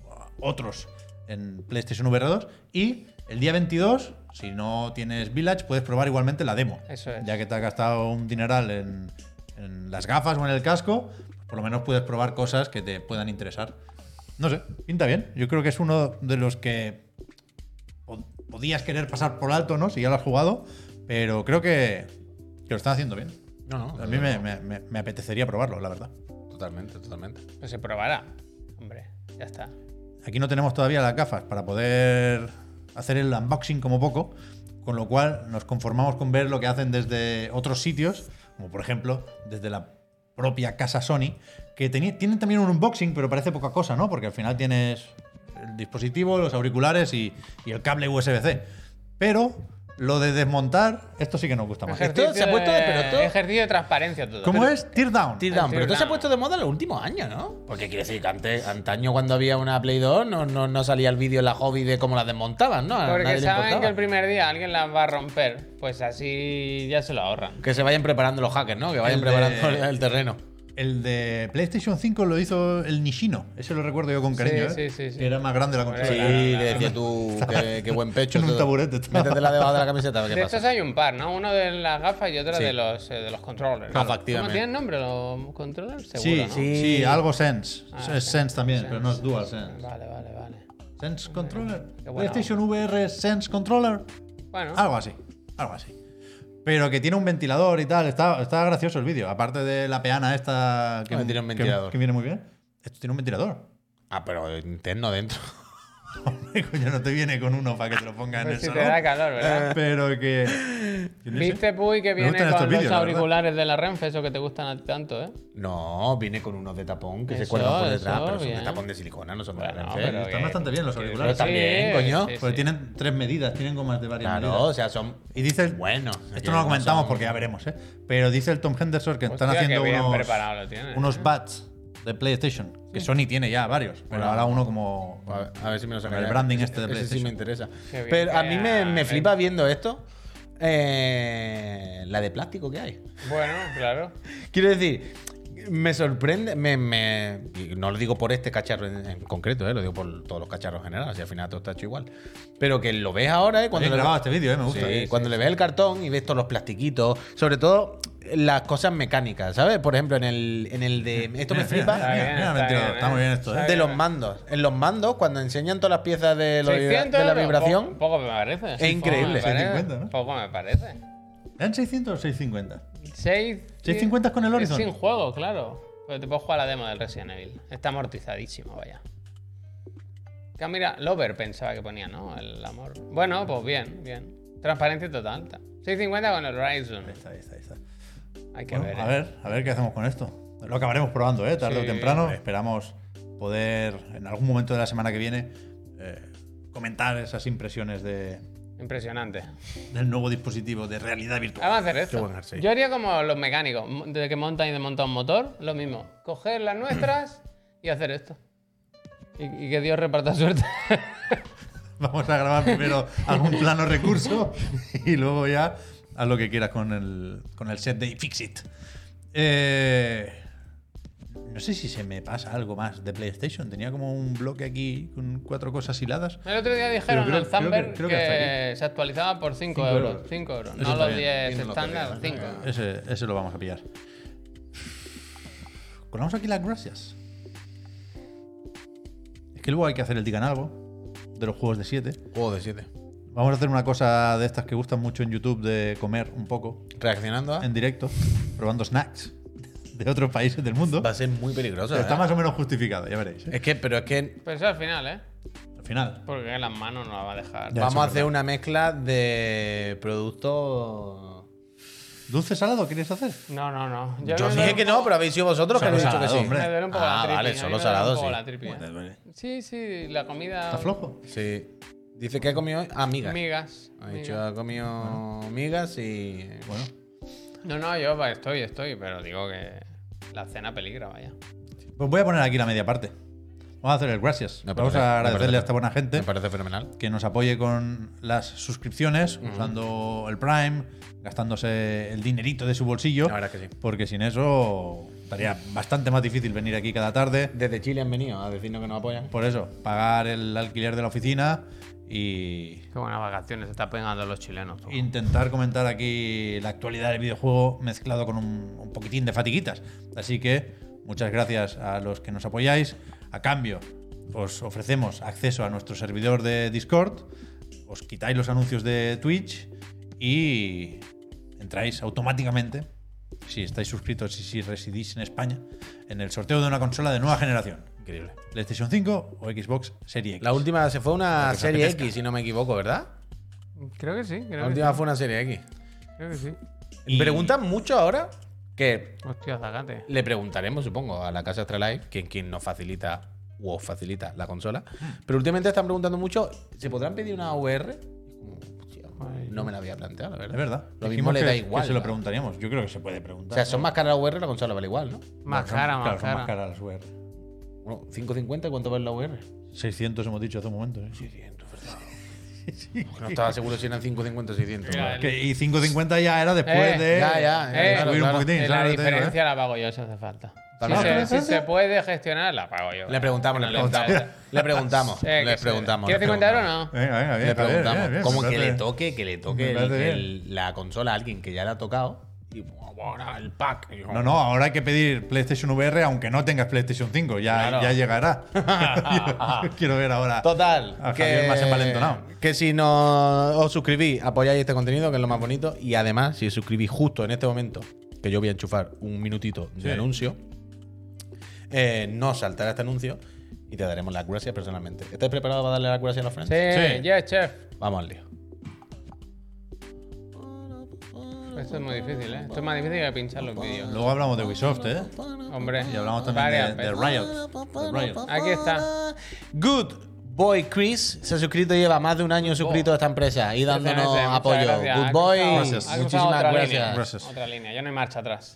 otros en PlayStation V R dos, y el día veintidós, si no tienes Village, puedes probar igualmente la demo. Eso es. Ya que te has gastado un dineral en, en las gafas o en el casco, por lo menos puedes probar cosas que te puedan interesar. No sé, pinta bien. Yo creo que es uno de los que po- podías querer pasar por alto, ¿no? Si ya lo has jugado, pero creo que, que lo están haciendo bien. no, no, A mí me, me- me- me apetecería probarlo, la verdad. totalmente, totalmente. Pues se probará. Hombre, ya está. Aquí no tenemos todavía las gafas para poder hacer el unboxing como poco, con lo cual nos conformamos con ver lo que hacen desde otros sitios, como por ejemplo desde la propia casa Sony, que teni- tienen también un unboxing, pero parece poca cosa, ¿no? Porque al final tienes el dispositivo, los auriculares y, y el cable U S B C. Pero lo de desmontar, esto sí que nos gusta más. Esto se ha puesto de- pero esto- Ejercicio de transparencia todo. ¿Cómo Pero- es? Tear down. Tear down, pero esto se ha Teardown. puesto de moda en los últimos años, ¿no? Porque quiere decir que antes, antaño cuando había una Play dos no, no, no salía el vídeo en la hobby de cómo la desmontaban, ¿no? A Porque nadie le saben importaba. que el primer día alguien las va a romper, pues así ya se lo ahorran. Que se vayan preparando los hackers, ¿no? Que vayan El de- preparando el terreno. El de PlayStation cinco lo hizo el Nishino. Ese lo recuerdo yo con cariño. Sí, ¿eh? sí, sí, sí. Que era más grande la consola. Sí, Claro, le claro. decía tú que, que buen pecho. En un todo. taburete estaba. Métetela debajo de la camiseta, a ver De qué estos pasa. hay un par, ¿no? Uno de las gafas y otro Sí. de los, eh, de los controllers. Claro. ¿Cómo Efectivamente. tienen nombre los controllers? Seguro, Sí, ¿no? sí, Sí. algo Sense. Ah, es sí. Sense también, Sense. pero no es Dual Sense. Vale, vale, vale. Sense Controller. Qué bueno. PlayStation V R Sense Controller. Bueno, Algo así, algo así. Pero que tiene un ventilador y tal. Está, está gracioso el vídeo. Aparte de la peana esta que, Ah, tiene un que- ventilador. que viene muy bien. Esto tiene un ventilador. Ah, pero interno dentro. Coño, no te viene con uno para que te lo pongas en pues el si te salón. da calor, ¿verdad? Pero que. que no sé. ¿Viste, Puy, que Me viene gustan con estos los vídeos, la verdad. auriculares de la Renfe, esos que te gustan a ti tanto, eh? No, viene con unos de tapón que se Eso, cuelgan por eso, detrás, pero son de bien. tapón de silicona, no son de Bueno, Renfe. pero Están que- bastante bien los que- auriculares. Pero también, coño. sí, Porque sí. tienen tres medidas, tienen gomas de varias Claro, medidas. o sea, son Y dice el- buenos. Esto no lo comentamos porque ya veremos, ¿eh? Pero dice el Tom Henderson que están Hostia, haciendo qué bien unos, preparado lo tiene, unos ¿eh? bats de PlayStation. Que Sony tiene ya varios. Pero Bueno. ahora uno como. A ver, a ver si me lo saca. El ya. branding Ese- este de ese PlayStation. sí me interesa. Qué bien Pero a que mí me, haya- me flipa viendo esto. eh, la de plástico que hay. Bueno, claro. Quiero decir, me sorprende, me, me- y no lo digo por este cacharro en, en concreto, eh, lo digo por todos los cacharros en general, así al final todo está hecho igual. Pero que lo ves ahora, eh, cuando Bien le grabado este vídeo, ¿eh? Me gusta. Sí, Sí, cuando le ves el cartón y ves todos los plastiquitos, sobre todo las cosas mecánicas, ¿sabes? Por ejemplo, en el, en el de. Esto me Mira, flipa. mira, mira, bien, mira, está mentira, bien, está ¿eh? muy bien esto, ¿eh? Está De los bien. mandos. En los mandos, cuando enseñan todas las piezas de, lo- de seiscientos la euros, vibración. Poco, poco me parece. Es increíble. Poco me parece. seiscientos cincuenta, ¿no? Poco me parece. ¿Eran seiscientos o seiscientos cincuenta? seis ¿seiscientos cincuenta con el Horizon? Sin juego, claro. Pero te puedo jugar la demo del Resident Evil. Está amortizadísimo, vaya. Que mira, Lover pensaba que ponía, ¿no? El amor. Bueno, pues bien, bien. Transparencia total. seiscientos cincuenta con el Horizon. Ahí está, ahí está, ahí está. Hay que Bueno, ver. a ¿eh? ver, a ver qué hacemos con esto. Lo acabaremos probando, ¿eh? Tarde Sí, o temprano. hombre. Esperamos poder, en algún momento de la semana que viene, eh, comentar esas impresiones de, Impresionante. del nuevo dispositivo de realidad virtual. Vamos a hacer esto. Qué buen jersey. Yo haría como los mecánicos. Desde que montan y desmontan un motor, lo mismo. Coger las nuestras y hacer esto. Y, y que Dios reparta suerte. Vamos a grabar primero algún plano recurso y luego ya haz lo que quieras con el, con el set de iFixit. Eh, no sé si se me pasa algo más de PlayStation. Tenía como un bloque aquí con cuatro cosas hiladas. El otro día dijeron Pero creo- en el Thumber creo que- creo que, que hasta se actualizaba por cinco Cinco euros. euros. cinco euros. Eso No está los bien. diez Bien, no te estándar, pegas, cinco. ¿no? Ese, ese lo vamos a pillar. Colamos aquí las gracias. Es que luego hay que hacer el digan algo de los juegos de siete. Juego de siete. Vamos a hacer una cosa de estas que gustan mucho en YouTube de comer un poco Reaccionando a. en directo, probando snacks de otros países del mundo. Va a ser muy peligroso. Está ¿eh? más o menos justificado, ya veréis. ¿eh? Es que, pero es que Pero eso al final, ¿eh? Al final. Porque las manos no la va a dejar. Ya, vamos eso a es hacer verdad. una mezcla de productos ¿Dulce salado quieres hacer? No, no, no. Yo me dije duele que un no, poco- pero habéis sido vosotros que Solo habéis dicho que salado, sí. hombre. Me duele un poco Ah, la tripi. vale, a mí solo me duele salado, un poco sí. la tripi, Joder, ¿eh? vale. Sí, sí, la comida. ¿Estás flojo? Sí. Dice que ha comido hoy. Ah, migas. Migas. Ha migas. dicho, ha comido migas y. Bueno. No, no, yo va, estoy, estoy, pero digo que la cena peligra, vaya. Pues voy a poner aquí la media parte. Vamos a hacer el gracias. Me Vamos parece- a me agradecerle parece- a esta buena gente Me parece fenomenal. que nos apoye con las suscripciones, usando el Prime, gastándose el dinerito de su bolsillo. La verdad es que sí. Porque sin eso estaría bastante más difícil venir aquí cada tarde. Desde Chile han venido a decirnos que nos apoyan. Por eso, pagar el alquiler de la oficina y Qué buenas vacaciones se está pegando los chilenos. tú. intentar comentar aquí la actualidad del videojuego mezclado con un, un poquitín de fatiguitas. Así que muchas gracias a los que nos apoyáis. A cambio, os ofrecemos acceso a nuestro servidor de Discord, os quitáis los anuncios de Twitch y entráis automáticamente, si estáis suscritos y si residís en España, en el sorteo de una consola de nueva generación. Increíble. PlayStation cinco o Xbox Series X. La última se fue una La que se serie apetezca. X, si no me equivoco, ¿verdad? Creo que sí, La creo que última sí. fue una serie X. Creo que sí. Y- Preguntan mucho ahora que Hostia, zacate. le preguntaremos, supongo, a la casa Astralife, quien, quien nos facilita o os facilita la consola. Pero últimamente están preguntando mucho, ¿se podrán pedir una V R? Como, hostia, no me la había planteado, la verdad. Es verdad. Lo Dijimos mismo le que, da que igual. se lo ¿no? preguntaríamos. Yo creo que se puede O preguntar. sea, son más caras la V R, la consola vale igual, ¿no? Más Son- cara, más claro, son cara. más caras las V R. Bueno, cinco cincuenta, ¿cuánto vale la V R? seiscientos hemos dicho hace un momento. ¿eh? seiscientos, ¿verdad? No estaba seguro si eran cinco cincuenta o seiscientos. Mira, ¿vale? Que- y cinco cincuenta ya era después Eh, de ya, ya, Eh, claro, subir claro. un poquitín. Eh, la ¿sabes lo que te digo, eh? diferencia la pago yo si hace falta. Si También. se, Ah, si se puede gestionar, la pago yo. Le preguntamos, le No preguntamos. falta. Le preguntamos, Eh, le que se- preguntamos. ¿Quieres le cincuenta euros o preguntamos. no? Venga, venga, bien. Le está bien, preguntamos. bien, bien, Como me que parece le bien. toque, que le toque Me el- parece el- la consola a alguien que ya le ha tocado. Y ahora el pack. Y yo, No, no, ahora hay que pedir PlayStation V R aunque no tengas PlayStation cinco. Ya, Claro. ya llegará. Yo quiero ver ahora. Total, A que, Javier más envalentonado. que si no os suscribís, apoyáis este contenido, que es lo más bonito. Y además, si os suscribís justo en este momento, que yo voy a enchufar un minutito de Sí. anuncio, eh, no saltará este anuncio y te daremos las gracias personalmente. ¿Estáis preparados para darle las gracias a los friends? Sí, Sí. yes, chef. Vamos al lío. Esto es muy difícil, ¿eh? Esto es más difícil que pinchar los vídeos. Luego hablamos de Ubisoft, ¿eh? Hombre, Y hablamos también varias de, de veces. Riot. De Riot. Aquí está. Good Boy Chris se ha suscrito, lleva más de un año suscrito a esta empresa y dándonos Muchas gracias, apoyo. muchas gracias. Good Ha Boy, cruzado- Gracias. ha cruzado muchísimas otra gracias. línea. Gracias. Otra línea, ya no hay marcha atrás.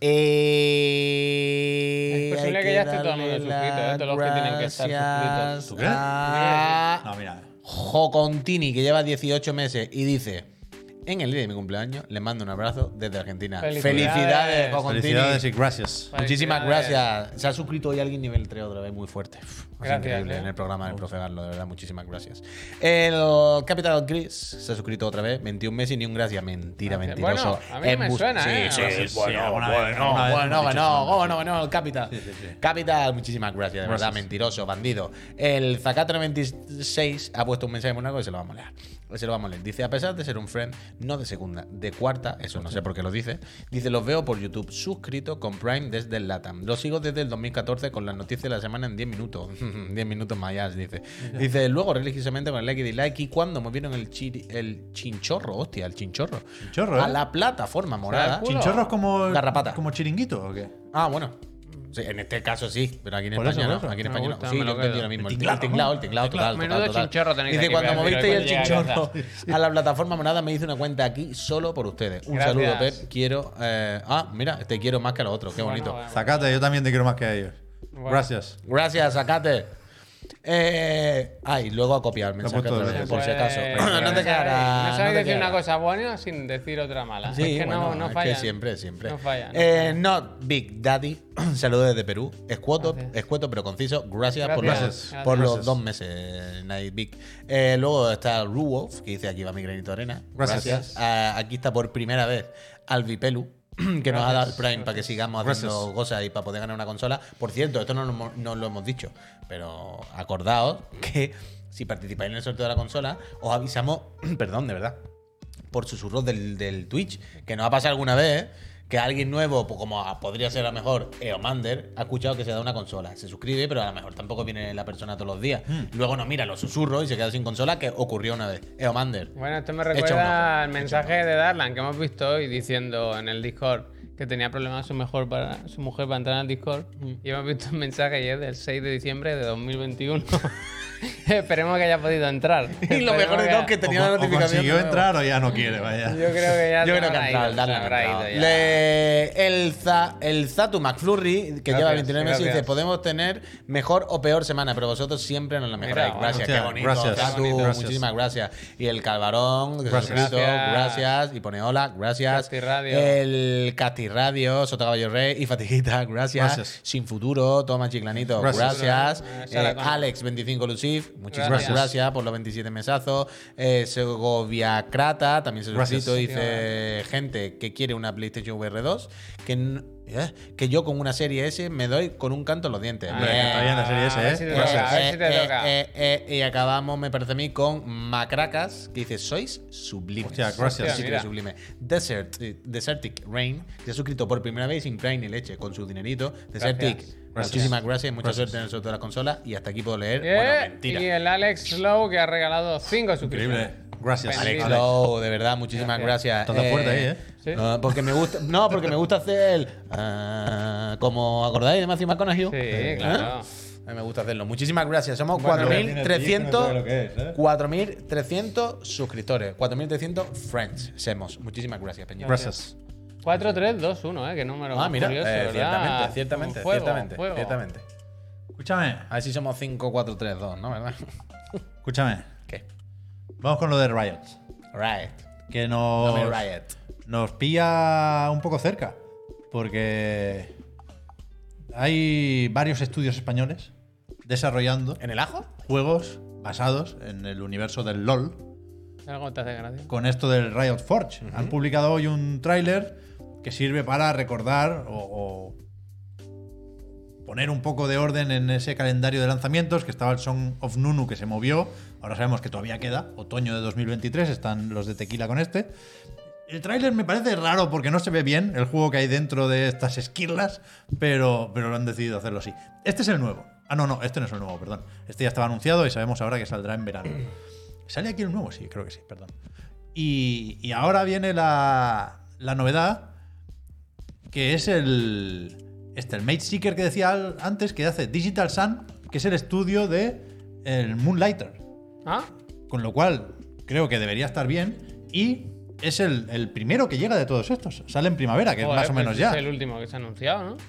Eh, Es posible hay que ya esté todo el darle mundo suscrito, ¿eh? Todos los que tienen que estar gracias suscritos. ¿Tú crees? a No, mira. Jocontini, que lleva dieciocho meses y dice: en el día de mi cumpleaños les mando un abrazo desde Argentina. Felicidades. Felicidades, Jocontini. Felicidades y gracias. Muchísimas Felicidades. gracias. Se ha suscrito hoy alguien nivel tres otra vez, muy fuerte. Uf, es Gracias, increíble eh. en el programa del profe Garlo, de verdad, muchísimas gracias. El Capital Chris se ha suscrito otra vez, veintiún meses y ni un gracias. Mentira, Gracias. mentiroso. Bueno, a mí no me Embus- suena, sí, ¿eh? Sí, Gracias, sí, bueno, sí, alguna bueno, vez- alguna vez bueno, hemos dicho bueno, eso, ¿no? bueno, bueno, el Capital. Sí, sí, sí. Capital, muchísimas gracias, de verdad, Gracias. mentiroso, bandido. El Zacato noventa y seis ha puesto un mensaje muy largo y se lo vamos a leer. Se lo vamos a leer. Dice: a pesar de ser un friend, no de segunda, de cuarta, eso no sé por qué lo dice. Dice: los veo por YouTube, suscrito con Prime desde el LATAM. Los sigo desde el dos mil catorce con las noticias de la semana en diez minutos. diez minutos más allá, dice. Dice: luego religiosamente con el like y dislike. Y cuando movieron el, chiri- el chinchorro, hostia, el chinchorro, Chinchorro, ¿eh? a la plataforma morada. culo. ¿Chinchorros como, Garrapata. como chiringuito o qué? Ah, bueno. Sí, en este caso sí, pero aquí en Por eso, España por no. eso. Aquí en Me España gusta, no. Sí, me lo lo entendí quedo. ahora mismo. El El tinglado, tinglado, ¿no? el tinglado, total, Menudo total, total. chinchorro tenéis Dice: aquí, cuando pero movisteis el después llega a chinchorro a la plataforma morada, me hice una cuenta aquí solo por ustedes. Un Gracias. saludo, Pep. Quiero. eh, ah, mira, te quiero más que a los otros. Qué Bueno, bonito. bueno. Zacate, yo también te quiero más que a ellos. Bueno. Gracias. Gracias, Zacate. Eh, ay, luego a copiar el Lo he mensaje puesto otra dos vez, veces. por si acaso. Pues, no te quedará. No sabéis no te decir una quedará. cosa buena sin decir otra mala. Sí, es que bueno, no, no es fallan. que siempre, siempre. No fallan. no Eh, fallan. not Big Daddy, saludos desde Perú. Escueto, Gracias. escueto pero conciso. Gracias, por, Gracias. los, Gracias. por los Gracias. dos meses, Night Big. Eh, luego está Ruwolf, que dice: aquí va mi granito de arena. Gracias. Ah, aquí está por primera vez Alvipelu, que nos ha dado el Prime para que sigamos haciendo Gracias. cosas y para poder ganar una consola. Por cierto, esto no, lo hemos- no lo hemos dicho, pero acordaos que si participáis en el sorteo de la consola, os avisamos, perdón, de verdad, por susurros del, del Twitch, que nos ha pasado alguna vez, ¿eh? que alguien nuevo, pues como podría ser a lo mejor Eomander, ha escuchado que se da una consola. Se suscribe, pero a lo mejor tampoco viene la persona todos los días. Mm. Luego no mira los susurros y se queda sin consola, que ocurrió una vez. Eomander. Bueno, esto me Echa un recuerda ojo, al mensaje de Darlan que hemos visto hoy diciendo en el Discord que tenía problemas su, mejor para, su mujer para entrar al Discord. Y hemos visto un mensaje y es del seis de diciembre de dos mil veintiuno. Esperemos que haya podido entrar. Y lo mejor de todo es que tenía o, la o notificación. consiguió de nuevo. entrar o ya no quiere, vaya. Yo creo que ya Yo se creo que habrá ha entrado, ido, el Darlan se ha habrá entrado. ido ya. Le- el, Za- el Zatu McFlurry, que Gracias, lleva veintinueve meses, dice: gracias. podemos tener mejor o peor semana, pero vosotros siempre nos la mejoráis. Mira, Gracias, hostia, qué bonito. gracias, Zatu, qué bonito. Gracias. muchísimas gracias. Y el Calvarón, que se ha Gracias. suscrito, Gracias. gracias. Y pone hola, gracias. Castirradio. El Castirradio, Soto Caballo Rey y Fatiguita, gracias. Gracias. Sin Futuro, Toma Chiclanito, gracias. Gracias. Gracias. Eh, Gracias. Alex veinticinco Lucif, muchísimas Gracias. gracias. por los veintisiete mesazos. Eh, Segovia Crata también se ha Gracias. suscrito. Dice gente que quiere una PlayStation V R dos. Que, n- eh, que yo con una serie S me doy con un canto en los dientes. Ah, Bien. está bien la serie S, a ver ¿eh? si te Gracias. toca, a ver si te Eh, toca. eh, eh, eh, y acabamos, me parece a mí, con Macracas, que dice: sois sublimes. Hostia, gracias. Sí que Mira. eres sublime. Desert, eh, Desertic Rain, se ha suscrito por primera vez sin Prime ni leche, con su dinerito. Desertic, Gracias. muchísimas gracias, mucha Gracias. suerte en el sorteo de la consola. Y hasta aquí puedo leer. Eh, Bueno, mentira. y el Alex Slow que ha regalado cinco suscripciones. Increíble. Gracias. Alex Alex. Lowe, de verdad, muchísimas gracias. Estás fuerte ahí, ¿eh? Sí. No, porque me gusta, no, porque me gusta hacer el, ah, como acordáis de Matthew McConaughey. Sí, claro. A mí me gusta hacerlo. Muchísimas gracias. Somos Bueno, cuatro mil trescientos ¿eh? cuatro mil trescientos suscriptores. cuatro mil trescientos friends. Semos. Muchísimas gracias, Peña. Gracias. cuatro tres dos uno, ¿eh? Qué número Ah, más mira, curioso, eh, ¿verdad? ciertamente, ciertamente, Un fuego, ciertamente, fuego. ciertamente. Escúchame, A ver si somos cinco cuatro tres dos, ¿no? ¿Verdad? escúchame. ¿Qué? Vamos con lo de Riot. Riot. Que No nos, me Riot. nos pilla un poco cerca. Porque hay varios estudios españoles desarrollando ¿En el ajo? juegos basados en el universo del LOL Algo te hace gracia. con esto del Riot Forge. Han publicado hoy un tráiler que sirve para recordar o, o poner un poco de orden en ese calendario de lanzamientos, que estaba el Song of Nunu que se movió. Ahora sabemos que todavía queda, otoño de dos mil veintitrés, están los de Tequila con este. El tráiler me parece raro porque no se ve bien el juego que hay dentro de estas esquirlas, pero, pero lo han decidido hacerlo así. Este es el nuevo. Ah, no, no, este no es el nuevo, perdón. Este ya estaba anunciado y sabemos ahora que saldrá en verano. ¿Sale aquí el nuevo? Sí, creo que sí, perdón. Y, y ahora viene la, la novedad, que es el, este, el Mage Seeker que decía al- antes, que hace Digital Sun, que es el estudio de el Moonlighter. ¿Ah? Con lo cual, creo que debería estar bien. Y es el, el primero que llega de todos estos. Sale en primavera, que Joder, es más o pues menos es ya. el último que se ha anunciado, ¿no?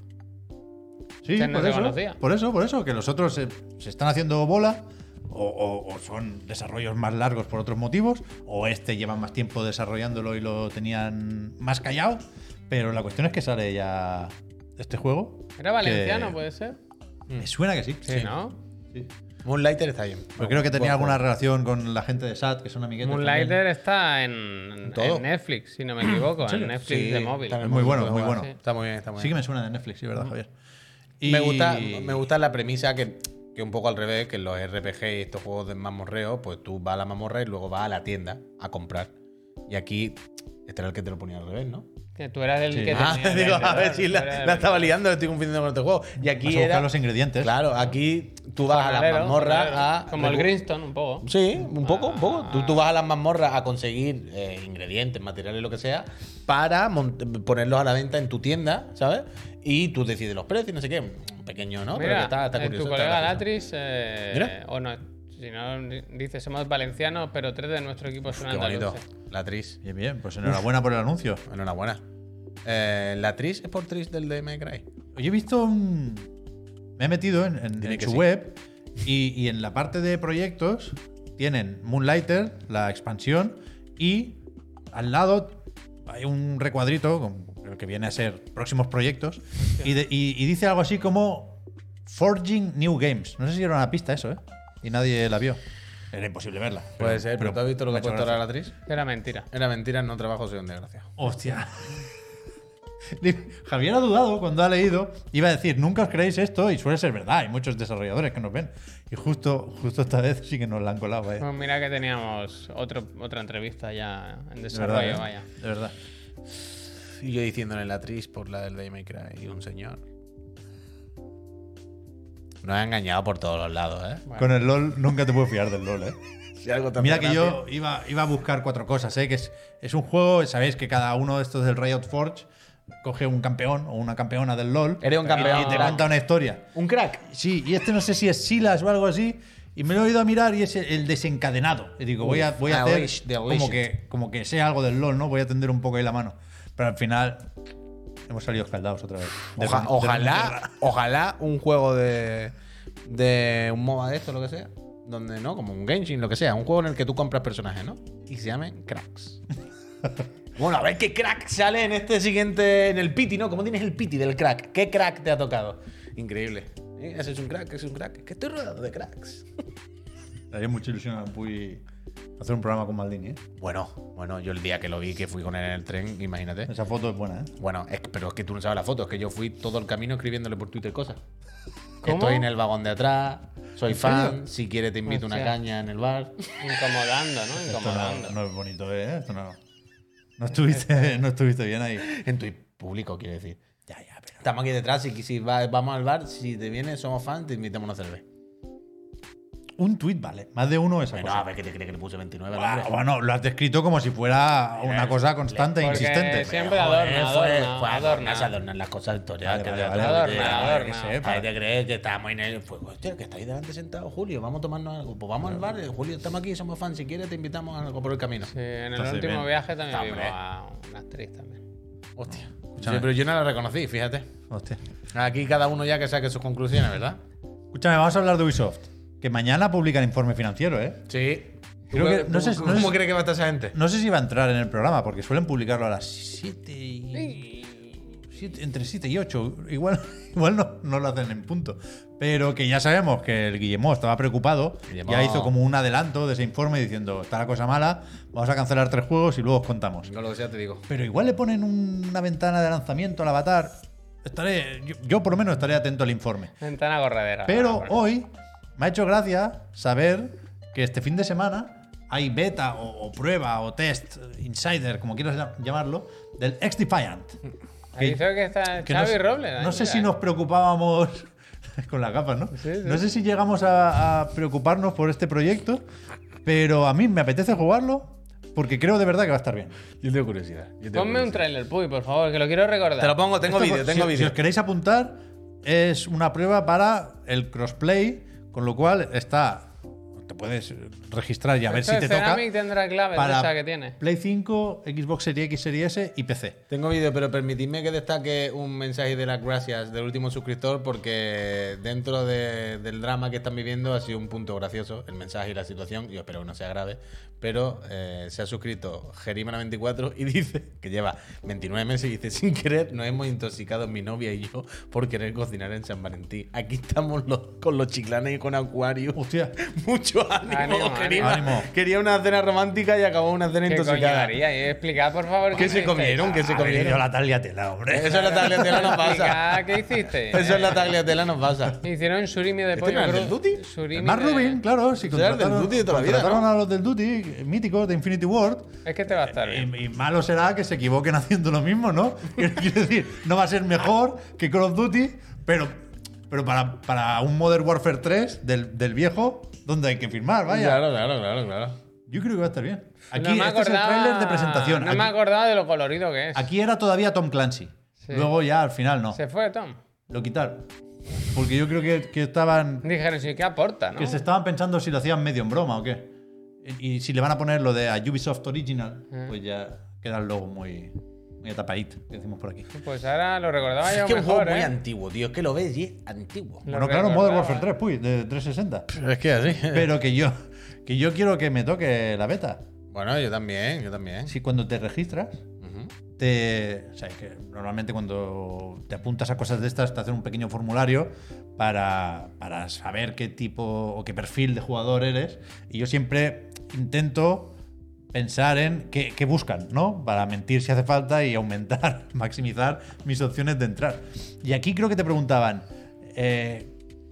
Sí, Ese no por se eso, conocía. por eso, por eso, que los otros se, se están haciendo bola. O, o- o son desarrollos más largos por otros motivos, o este llevan más tiempo desarrollándolo y lo tenían más callado. Pero la cuestión es que sale ya este juego. ¿Era valenciano, que- puede ser? Me suena que sí. Sí, ¿no? Sí. Moonlighter está bien. Pues creo que tenía Buen alguna juego. relación con la gente de S A T, que son amiguetes. Moonlighter está en, Todo. en Netflix, si no me equivoco. serio? En Netflix Sí, de móvil. está en el Es muy móvil, bueno, puedes muy jugar. bueno. Está muy bien, está muy Sí que bien. me suena de Netflix, sí, ¿verdad, Javier? Me gusta, me gusta la premisa que, que un poco al revés, que en los R P G y estos juegos de mamorreo, pues tú vas a la mamorra y luego vas a la tienda a comprar. Y aquí, este era el que te lo ponía al revés, ¿no? Que tú eras el Sí. que Ah, tenía el digo, a vendedor, ver si tú la, eras el la estaba vendedor. liando, estoy confundiendo con otro juego. Y Vas aquí a buscar era. los ingredientes. Claro, aquí tú vas a las Jornalero, mazmorras jornalero. a. Como el recu- Greenstone, un poco. Sí, un poco, un poco. Tú, Ah. tú vas a las mazmorras a conseguir eh, ingredientes, materiales, lo que sea, para mont- ponerlos a la venta en tu tienda, ¿sabes? Y tú decides los precios, no sé qué. Un pequeño, ¿no? Pero que Mira, está, está eh, curioso. tu está colega gracioso. Latris, eh, Mira. o no, si no, dice, somos valencianos, pero tres de nuestro equipo son Qué bonito. andaluces. La actriz. Bien, bien, pues enhorabuena por el anuncio. Enhorabuena. Eh, la actriz es por Tris del de My Cry. Yo he visto un. Me he metido en, en- Dile en que su sí. web y, y en la parte de proyectos tienen Moonlighter, la expansión, y al lado hay un recuadrito con el que viene a ser próximos proyectos y, de- y- y dice algo así como Forging New Games. No sé si era una pista eso, ¿eh? Y nadie la vio. Era imposible verla. Puede ser, pero ¿tú has visto lo que me ha ha hecho puesto ahora la gracia. actriz? Era mentira. Era mentira, no trabajo, soy un desgraciado. Hostia. Javier ha dudado cuando ha leído. Iba a decir, nunca os creéis esto, y suele ser verdad. Hay muchos desarrolladores que nos ven. Y justo, justo esta vez sí que nos la han colado. Vaya. Pues mira que teníamos otro, otra entrevista ya en De desarrollo, verdad, ¿eh? vaya. De verdad. Y yo diciéndole la tris por la del Devil May Cry y un señor. Nos ha engañado por todos los lados, ¿eh? Bueno. Con el LOL nunca te puedes fiar del LOL, ¿eh? Si algo te Mira hace que gracia. yo iba, iba a buscar cuatro cosas, ¿eh? Que es, es un juego, sabéis que cada uno de estos del Riot Forge coge un campeón o una campeona del LOL. Eres un campeón. Y te cuenta una historia. Un crack. Sí, y este no sé si es Silas o algo así. Y me lo he ido a mirar y es el, el desencadenado. Y digo, voy a, voy a hacer Unleash, the como Unleashed. que, como que sea algo del LOL, ¿no? Voy a tender un poco ahí la mano. Pero al final hemos salido escaldados otra vez. De- Oja- de- ojalá, ojalá un juego de, de un MOBA de esto, lo que sea. Donde, ¿no? Como un Genshin, lo que sea. Un juego en el que tú compras personajes, ¿no? Y se llamen cracks. Bueno, a ver qué crack sale en este siguiente. En el piti, ¿no? ¿Cómo tienes el piti del crack? ¿Qué crack te ha tocado? Increíble. ¿Eh? Ese es un crack, ese es un crack. Es que estoy rodeado de cracks. Me haría mucha ilusión a Puy hacer un programa con Maldini, ¿eh? Bueno, bueno, yo el día que lo vi, que fui con él en el tren, imagínate. Esa foto es buena, ¿eh? Bueno, es que- pero es que tú no sabes la foto, es que yo fui todo el camino escribiéndole por Twitter cosas. ¿Cómo? Estoy en el vagón de atrás, soy ¿En fan, serio? si quiere te invito una Hostia. caña en el bar. Incomodando, ¿no? Esto Incomodando. no, no es bonito, ¿eh? Esto no. No estuviste, no estuviste bien ahí. En tu público, quiero decir. Ya, ya, pero. Estamos aquí detrás, si, si va- vamos al bar, si te vienes, somos fans, te invitamos a una cerveza. Un tuit, vale. Más de uno esa Bueno, cosa. a ver, ¿qué te crees que le puse veintinueve al Buah, hombre? bueno, lo has descrito como si fuera una cosa constante e Porque insistente. siempre Joder, adorna, fue- adorna, fue adorna. adornar, adornar las cosas historias. Vale, que vale, de- vale, adorna, vale, adorna. que sepa. Ahí te crees que estamos en el. Pues, hostia, que estáis delante sentado, Julio. Vamos a tomarnos algo. Pues vamos al bar. eh, Julio, estamos aquí, somos fans. Si quieres, te invitamos a algo por el camino. Sí, en el Entonces, último bien. viaje también Hombre. vimos a una actriz también. Hostia. Escúchame. Sí, pero yo no la reconocí, fíjate. Hostia. Aquí cada uno ya que saque sus conclusiones, ¿verdad? Escúchame, vamos a hablar de Ubisoft. Que mañana publican informe financiero, ¿eh? Sí. Creo que- no sé- ¿Cómo, no sé- cómo cree que va a estar esa gente? No sé si va a entrar en el programa, porque suelen publicarlo a las siete y. siete, entre siete y ocho. Igual, igual no, no lo hacen en punto. Pero que ya sabemos que el Guillemot estaba preocupado. Guillemot. Ya hizo como un adelanto de ese informe diciendo: está la cosa mala, vamos a cancelar tres juegos y luego os contamos. No lo que sea, te digo. Pero igual le ponen un- una ventana de lanzamiento al avatar. Estaré, yo, yo por lo menos estaré atento al informe. Ventana corredera. Pero Bueno, hoy me ha hecho gracia saber que este fin de semana hay beta o, o prueba o test, insider, como quieras llam- llamarlo, del X-Defiant. ahí dice que está Que Xavi no, Robles. no ahí, sé mira, si eh. nos preocupábamos con las gafas, ¿no? Sí, sí. No sé si llegamos a, a preocuparnos por este proyecto, pero a mí me apetece jugarlo porque creo de verdad que va a estar bien. Yo tengo curiosidad. yo tengo Ponme un curiosidad. tráiler, Puy, por favor, que lo quiero recordar. Te lo pongo, tengo Esto, vídeo, si- tengo si, vídeo. os queréis apuntar, es una prueba para el crossplay, con lo cual está. Te puedes registrar y a ver Esto si de te toca. Ceramic tendrá clave Para esa que tiene. Play cinco, Xbox Series X, Series S y P C. Tengo vídeo, pero permitidme que destaque un mensaje de las gracias del último suscriptor porque dentro de- del drama que están viviendo ha sido un punto gracioso el mensaje y la situación. Yo espero que no sea grave, pero eh, se ha suscrito Gerimana veinticuatro y dice que lleva veintinueve meses y dice: sin querer nos hemos intoxicado mi novia y yo por querer cocinar en San Valentín. Aquí estamos los- con los chiclanes y con Acuario. Hostia. Mucho ánimo, Ánimo, Gerima. ánimo. Quería una cena romántica y acabó una cena ¿Qué coño intoxicada. haría? Y explicar, por favor, ¿Qué se hicisteis. comieron? ¿Qué se Ha comieron? venido la tagliatela, hombre. Eso en la tagliatela nos pasa. Explicar, ¿qué hiciste? Eso en la tagliatela nos pasa. Hicieron surimi de ¿Este pollo. no es crudo. del Duty? Surimi El Mark de- Rubin, claro, si Ese era el del contrataron, Duty de toda la vida, contrataron ¿no? a los del Duty, míticos de Infinity Ward. Es que te va a estar bien. Y, y malo será que se equivoquen haciendo lo mismo, ¿no? Quiero quiero decir, no va a ser mejor que Call of Duty, pero, pero para, para un Modern Warfare tres del, del viejo, donde hay que firmar, vaya. Claro, claro, claro, claro. Yo creo que va a estar bien. Aquí, No me este es el acordaba- tráiler de presentación. No me Aquí, acordaba de lo colorido que es. aquí era todavía Tom Clancy. Sí. Luego ya al final no. Se fue, Tom. Lo quitaron. Porque yo creo que, que estaban. Dijeron, sí, ¿qué aporta, no? Que se estaban pensando si lo hacían medio en broma o qué. Y, y si le van a poner lo de a Ubisoft Original, Ah. pues ya queda el logo muy, muy atapadito, que decimos por aquí. Pues ahora lo recordaba Es yo que es un juego mejor, muy ¿eh? antiguo, tío. Es que lo ves y es antiguo. Lo Bueno, claro, recordaba. Modern Warfare tres, pues, de trescientos sesenta. Es que así. Pero que yo, que yo quiero que me toque la beta. Bueno, yo también, yo también. Si cuando te registras, Ujú. te. O sea, es que normalmente cuando te apuntas a cosas de estas, te hacen un pequeño formulario para, para saber qué tipo o qué perfil de jugador eres. Y yo siempre intento pensar en qué, qué buscan, ¿no? Para mentir si hace falta y aumentar, maximizar mis opciones de entrar. Y aquí creo que te preguntaban, eh,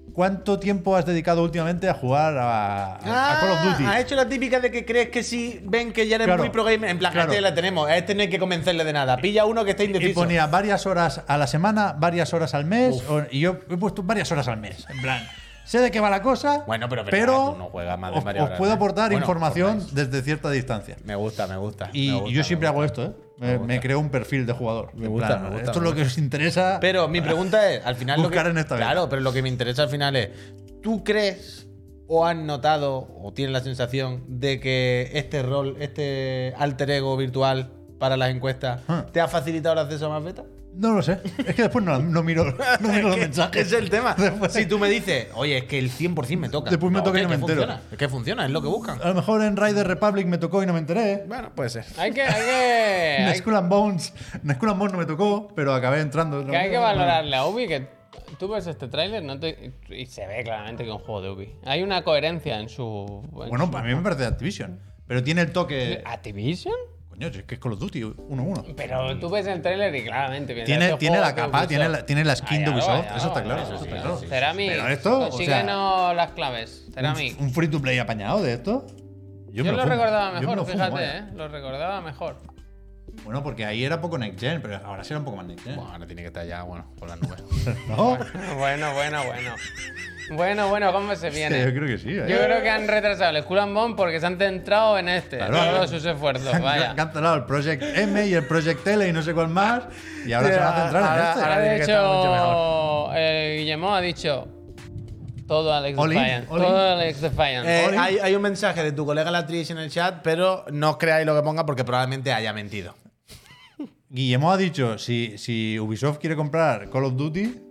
¿cuánto tiempo has dedicado últimamente a jugar a, a- Ah, a Call of Duty? has hecho la típica de que crees que si ven que ya eres Claro, muy pro gamer, en plan, claro. a este la tenemos, a este no hay que convencerle de nada. Pilla uno que esté Y indeciso. ponía varias horas a la semana, varias horas al mes, o- y yo he puesto varias horas al mes. En plan, sé de qué va la cosa, Bueno, pero verdad, pero tú no juegas más de os, varias os horas, puedo ¿eh? aportar Bueno, información pues desde cierta distancia. Me gusta, me gusta. Y me gusta, yo siempre me hago gusta. esto, ¿eh? Me, gusta. me creo un perfil de jugador. Me En gusta, plan, me gusta, Esto es me lo que os interesa. Pero mi pregunta es, al final lo Buscar que, en esta vida. Claro, pero lo que me interesa al final es, ¿tú crees o has notado o tienes la sensación de que este rol, este alter ego virtual para las encuestas Ah. te ha facilitado el acceso a más beta? No lo sé. Es que después no, no miro, no miro los Que- mensajes. Es el tema. Después- Si tú me dices, oye, es que el cien por cien me toca. Después me toca y es no me que entero. funciona, Es que funciona, es lo que buscan. A lo mejor en Rider Republic me tocó y no me enteré. Bueno, puede ser. Hay que, hay que, En hay, Skull and Bones, en Skull and Bones no me tocó, pero acabé entrando. que hay que valorarle a Ubi que tú ves este tráiler no te- y se ve claramente que es un juego de Ubi. Hay una coherencia en su... en Bueno, su- a mí me parece de Activision. Pero tiene el toque. ¿Activision? Coño, si es que es Call of Duty uno uno. Pero tú ves el tráiler y claramente piensas, Tiene, este tiene juego la es de capa, Ubisoft. tiene la, tiene la skin Hay de algo, Ubisoft. hay Eso está algo, claro. eso Eso sí, está claro. sí. Ceramic, Pero esto, o sea, consíguenos las claves. Ceramic. un free to play apañado de esto. Yo, me lo fumo. recordaba Yo me mejor, lo fumo, fíjate, vaya. ¿eh? Lo recordaba mejor. Bueno, porque ahí era poco next gen, pero ahora será un poco más next gen. Bueno, ahora tiene que estar ya, bueno, por las nubes. ¿No? Bueno, bueno, bueno. Bueno, bueno, ¿cómo se viene? Sí, yo creo que sí. ¿eh? Yo creo que han retrasado el Skull and Bones porque se han centrado en este. Claro. todos sus esfuerzos, Han vaya. cancelado el Project M y el Project L y no sé cuál más. Y ahora Sí, se van a centrar ahora- en este. ahora- Ha tiene que estar mucho dicho. Eh, Guillemot ha dicho. Todo Alex All in, Defiant. all in. Todo Alex Defiant. Eh, Oli. hay, hay un mensaje de tu colega la Trish en el chat, pero no os creáis lo que ponga porque probablemente haya mentido. Guillemot ha dicho, si, si Ubisoft quiere comprar Call of Duty,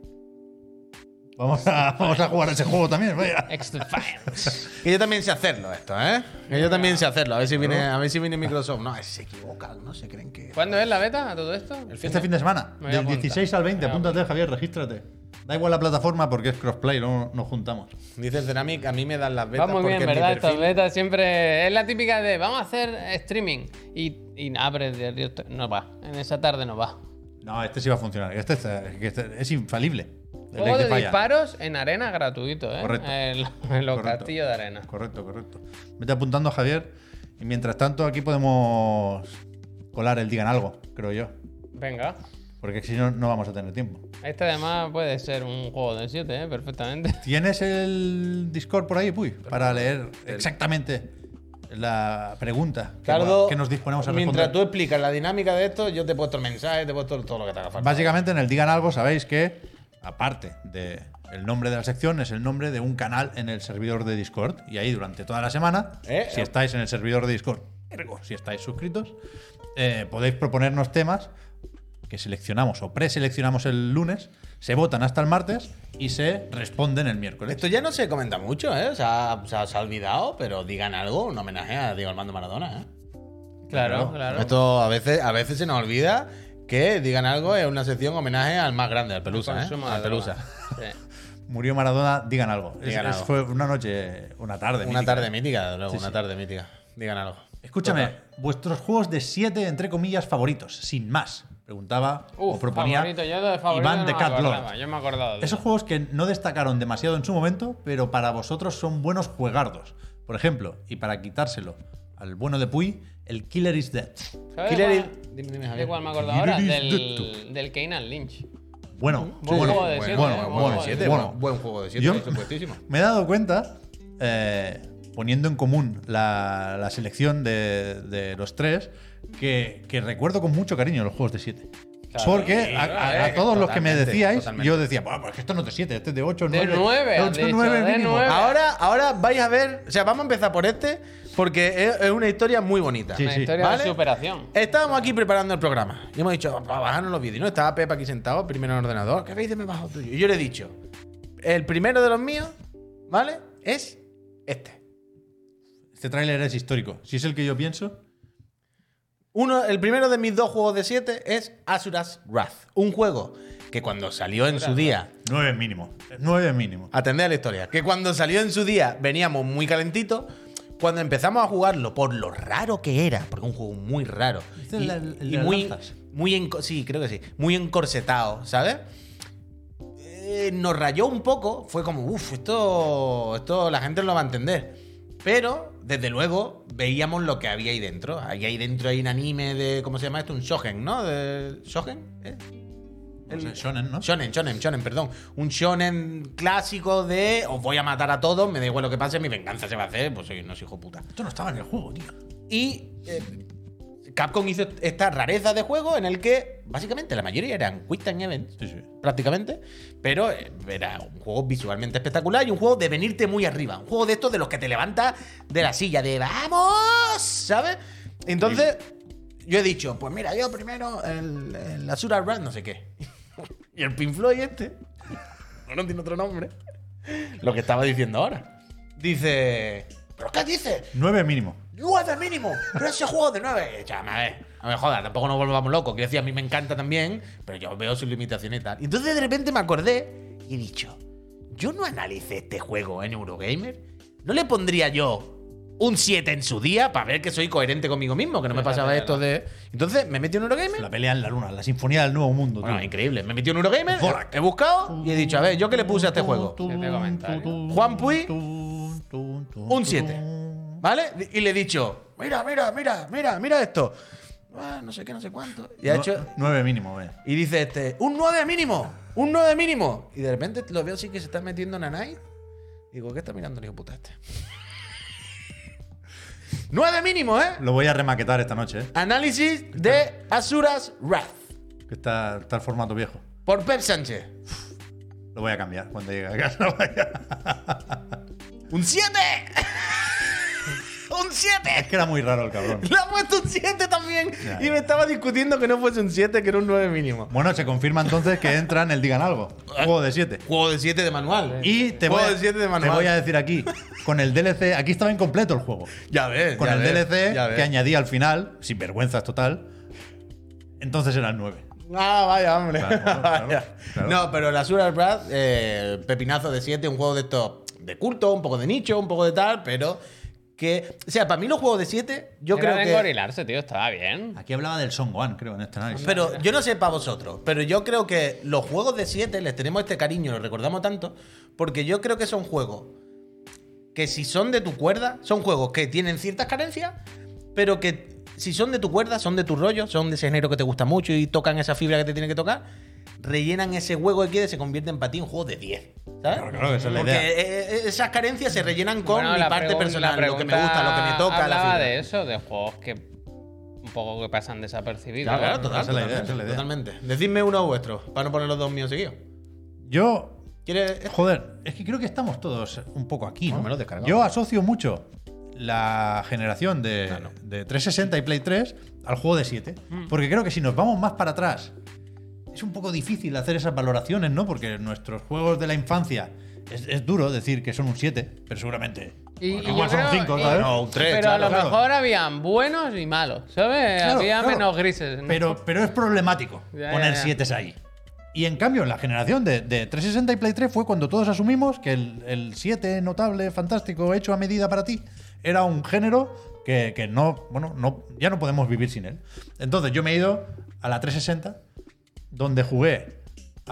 vamos a, vamos a jugar a ese juego también, vaya. Ex Defiant. Que yo también sé hacerlo esto, ¿eh? Que yo también sé hacerlo. A ver si viene, a ver si viene Microsoft. No, se equivocan, no se creen que. ¿Cuándo es la beta a todo esto? Este fin de semana, Me voy a del apuntar. dieciséis al veinte, Me voy a apúntate, Javier, regístrate. Da igual la plataforma porque es crossplay, no nos juntamos. Dice el Ceramic, a mí me dan las betas Va muy porque bien, en mi ¿verdad? Estas perfil- betas siempre es la típica de vamos a hacer streaming y, y abre de no va. En esa tarde no va. No, este sí va a funcionar. Este, es- este es infalible. El Juego Lake de Fire. disparos en arena gratuito, ¿eh? Correcto. En, en los Correcto. castillos de arena. Correcto, correcto. Vete apuntando, Javier. Y mientras tanto, aquí podemos colar el digan algo, creo yo. Venga. Porque si no, no vamos a tener tiempo. Este además puede ser un juego de siete, ¿eh? Perfectamente. ¿Tienes el Discord por ahí, Puy? Para leer exactamente la pregunta que, Cardo, que nos disponemos a mientras responder. tú explicas la dinámica de esto, yo te he puesto el mensaje, te he puesto todo lo que te haga falta. Básicamente, en el digan algo, sabéis que, aparte de el nombre de la sección, es el nombre de un canal en el servidor de Discord. Y ahí, durante toda la semana, Eh, si estáis en el servidor de Discord, ergo, si estáis suscritos, eh, podéis proponernos temas que seleccionamos o preseleccionamos el lunes, se votan hasta el martes y se responden el miércoles. Esto ya no se comenta mucho, ¿eh? O sea, se ha, se ha olvidado, pero digan algo, un homenaje a Diego Armando Maradona, ¿eh? Claro, claro. Esto a veces, a veces se nos olvida que digan algo es una sección homenaje al más grande, al Pelusa, ¿eh? Consumo de Al droga. Pelusa. Sí. Murió Maradona, digan algo. Es- Digan es- algo. Fue una noche, una tarde. Una mítica. tarde mítica, desde luego, Sí, una sí. tarde mítica. Digan algo. Escúchame, Total. vuestros juegos de siete, entre comillas, favoritos, sin más. Preguntaba o Uf, proponía favorito. Yo de favorito Iván no de me Cat acordaba. Lord. Yo me he acordado de Esos juegos que no destacaron demasiado en su momento, pero para vosotros son buenos juegardos. Por ejemplo, y para quitárselo al bueno de Puy, el Killer is Dead. ¿Sabes Killer de is- cuál- Dime, dime, de Javier. cuál me acuerdo Killer ahora? is Del, del Keenan Lynch. Bueno, Buen bueno, juego de bueno, siete, bueno, ¿eh? bueno, Buen juego de siete, bueno. buen, buen juego de siete, Yo por supuestísimo. me he dado cuenta, eh, poniendo en común la, la selección de, de los tres, que, que recuerdo con mucho cariño los juegos de siete. Claro, Porque a, a- a eh, todos los que me totalmente, decíais, totalmente. yo decía, "Buah, pues que esto no es de siete, este es de ocho, De nueve. nueve, has ocho, dicho, nueve de mínimo". nueve. Ahora, ahora vais a ver, o sea, vamos a empezar por este, porque es, es una historia muy bonita. Sí, Una sí. historia ¿Vale? de superación. Estábamos aquí preparando el programa y hemos dicho, para bajarnos los vídeos. ¿No? Estaba Pepa aquí sentado, primero en el ordenador. ¿Qué veis de me bajo tuyo? Y yo le he dicho, el primero de los míos, ¿vale? Es este. Este tráiler es histórico. Si es el que yo pienso, Uno, el primero de mis dos juegos de siete es Asura's Wrath. Un juego que cuando salió en su día, nueve mínimo. nueve mínimo. atended a la historia, que cuando salió en su día veníamos muy calentitos. Cuando empezamos a jugarlo, por lo raro que era, porque es un juego muy raro. ¿Este es y, el de- el y de las muy, lanzas? muy enco- sí, creo que sí. Muy encorsetado, ¿sabes? eh, nos rayó un poco. Fue como, uff, esto, esto la gente no lo va a entender. Pero, desde luego, veíamos lo que había ahí dentro. Ahí, ahí dentro hay un anime de, ¿cómo se llama esto? Un shonen, ¿no? De, ¿Shonen? ¿Eh? No sé, shonen, ¿no? Shonen, shonen, shonen, perdón. Un shonen clásico de os voy a matar a todos, me da igual lo que pase, mi venganza se va a hacer, pues soy unos hijo puta. Esto no estaba en el juego, tío. Y eh, Capcom hizo esta rareza de juego en el que básicamente la mayoría eran Quick Time Events, Sí, sí. prácticamente, pero eh, era un juego visualmente espectacular y un juego de venirte muy arriba. Un juego de estos de los que te levanta de la silla, de ¡vamos! ¿Sabes? Entonces, yo he dicho, pues mira, yo primero el, el Asura Run, no sé qué. Y el Pink Floyd este, no tiene otro nombre, lo que estaba diciendo ahora. Dice, ¿pero qué dices? Nueve mínimo. ¡Nueve mínimo! Pero ese juego de nueve. Chama, a ver, a ver, joda, tampoco nos volvamos locos. Quiero decir, a mí me encanta también, pero yo veo sus limitaciones y tal. Y entonces de repente me acordé y he dicho, yo no analicé este juego en Eurogamer. ¿No le pondría yo un siete en su día para ver que soy coherente conmigo mismo? Que no me pasaba esto de... Entonces me metí en Eurogamer. La pelea en la luna, la sinfonía del nuevo mundo, Bueno, tío. increíble. Me metí en Eurogamer, Zorak. he buscado y he dicho, a ver, ¿yo qué le puse a este juego? Siete comentarios. Juan Puy, un siete. ¿Vale? Y le he dicho, mira, mira, mira, mira, mira esto. Ah, no sé qué, no sé cuánto. Y ha Nu- hecho... Nueve mínimo, eh. Y dice este, un nueve mínimo, un nueve mínimo. Y de repente lo veo así que se está metiendo en Nanai. Digo, ¿qué está mirando el hijo puta este? nueve mínimo, ¿eh? Lo voy a remaquetar esta noche, eh. Análisis de Asura's Wrath. Que está, está el formato viejo. Por Pep Sánchez. Lo voy a cambiar cuando llegue a casa. Vaya. ¡Un siete! ¡Un siete! Es que era muy raro el cabrón. Le ha puesto un siete también. Ya, Y ya. me estaba discutiendo que no fuese un siete, que era un nueve mínimo. Bueno, se confirma entonces que entra en el Digan Algo. Juego de siete. Juego de siete de manual. Y te voy, Juego a, de siete de te manual. voy a decir aquí, con el D L C, aquí estaba incompleto el juego. Ya ves. Con ya el ves, D L C ya ves. que añadía al final, sin vergüenzas total, entonces era el nueve. Ah, vaya, hombre. Claro, claro, Vaya. claro. No, pero la Asura's Wrath, eh, pepinazo de siete, un juego de estos de culto, un poco de nicho, un poco de tal, pero que. O sea, para mí los juegos de siete, yo Era creo de que. engorilarse, tío, estaba bien. Aquí hablaba del Song One, creo, en este análisis. Pero yo no sé para vosotros, pero yo creo que los juegos de siete les tenemos este cariño, los recordamos tanto, porque yo creo que son juegos que si son de tu cuerda, son juegos que tienen ciertas carencias, pero que si son de tu cuerda, son de tu rollo, son de ese género que te gusta mucho y tocan esa fibra que te tiene que tocar, rellenan ese hueco que quede y se convierten para ti en juegos de diez. ¿Sabes? Claro, claro, esa es la Porque idea. eh, eh, esas carencias se rellenan con Bueno, mi la parte pregun- personal, la lo que me pregunta gusta, lo que me toca, la hablaba fibra. de eso, de juegos que un poco que pasan desapercibidos. Claro, claro, ¿no? total, Esa es la idea, totalmente, esa es la idea. totalmente. Decidme uno vuestro, para no poner los dos míos seguidos. Yo, ¿Quieres...? joder, es que creo que estamos todos un poco aquí, No, ¿no? me lo he descargado. Yo asocio mucho la generación de, Ah, no. de trescientos sesenta y Play tres al juego de siete. Mm. Porque creo que si nos vamos más para atrás, es un poco difícil hacer esas valoraciones, ¿no? Porque nuestros juegos de la infancia es, es duro decir que son un siete, pero seguramente Y, Bueno, y igual yo son creo- cinco, y- ¿sabes? No, un tres, pero claro, a lo claro. mejor habían buenos y malos, ¿sabes? Claro, Había claro. menos grises. ¿no? Pero, pero es problemático Ya, poner ya, ya. siete ahí. Y en cambio, en la generación de, de trescientos sesenta y Play tres fue cuando todos asumimos que el, el siete notable, fantástico, hecho a medida para ti, era un género que, que no, bueno, no, ya no podemos vivir sin él. Entonces yo me he ido a la trescientos sesenta, donde jugué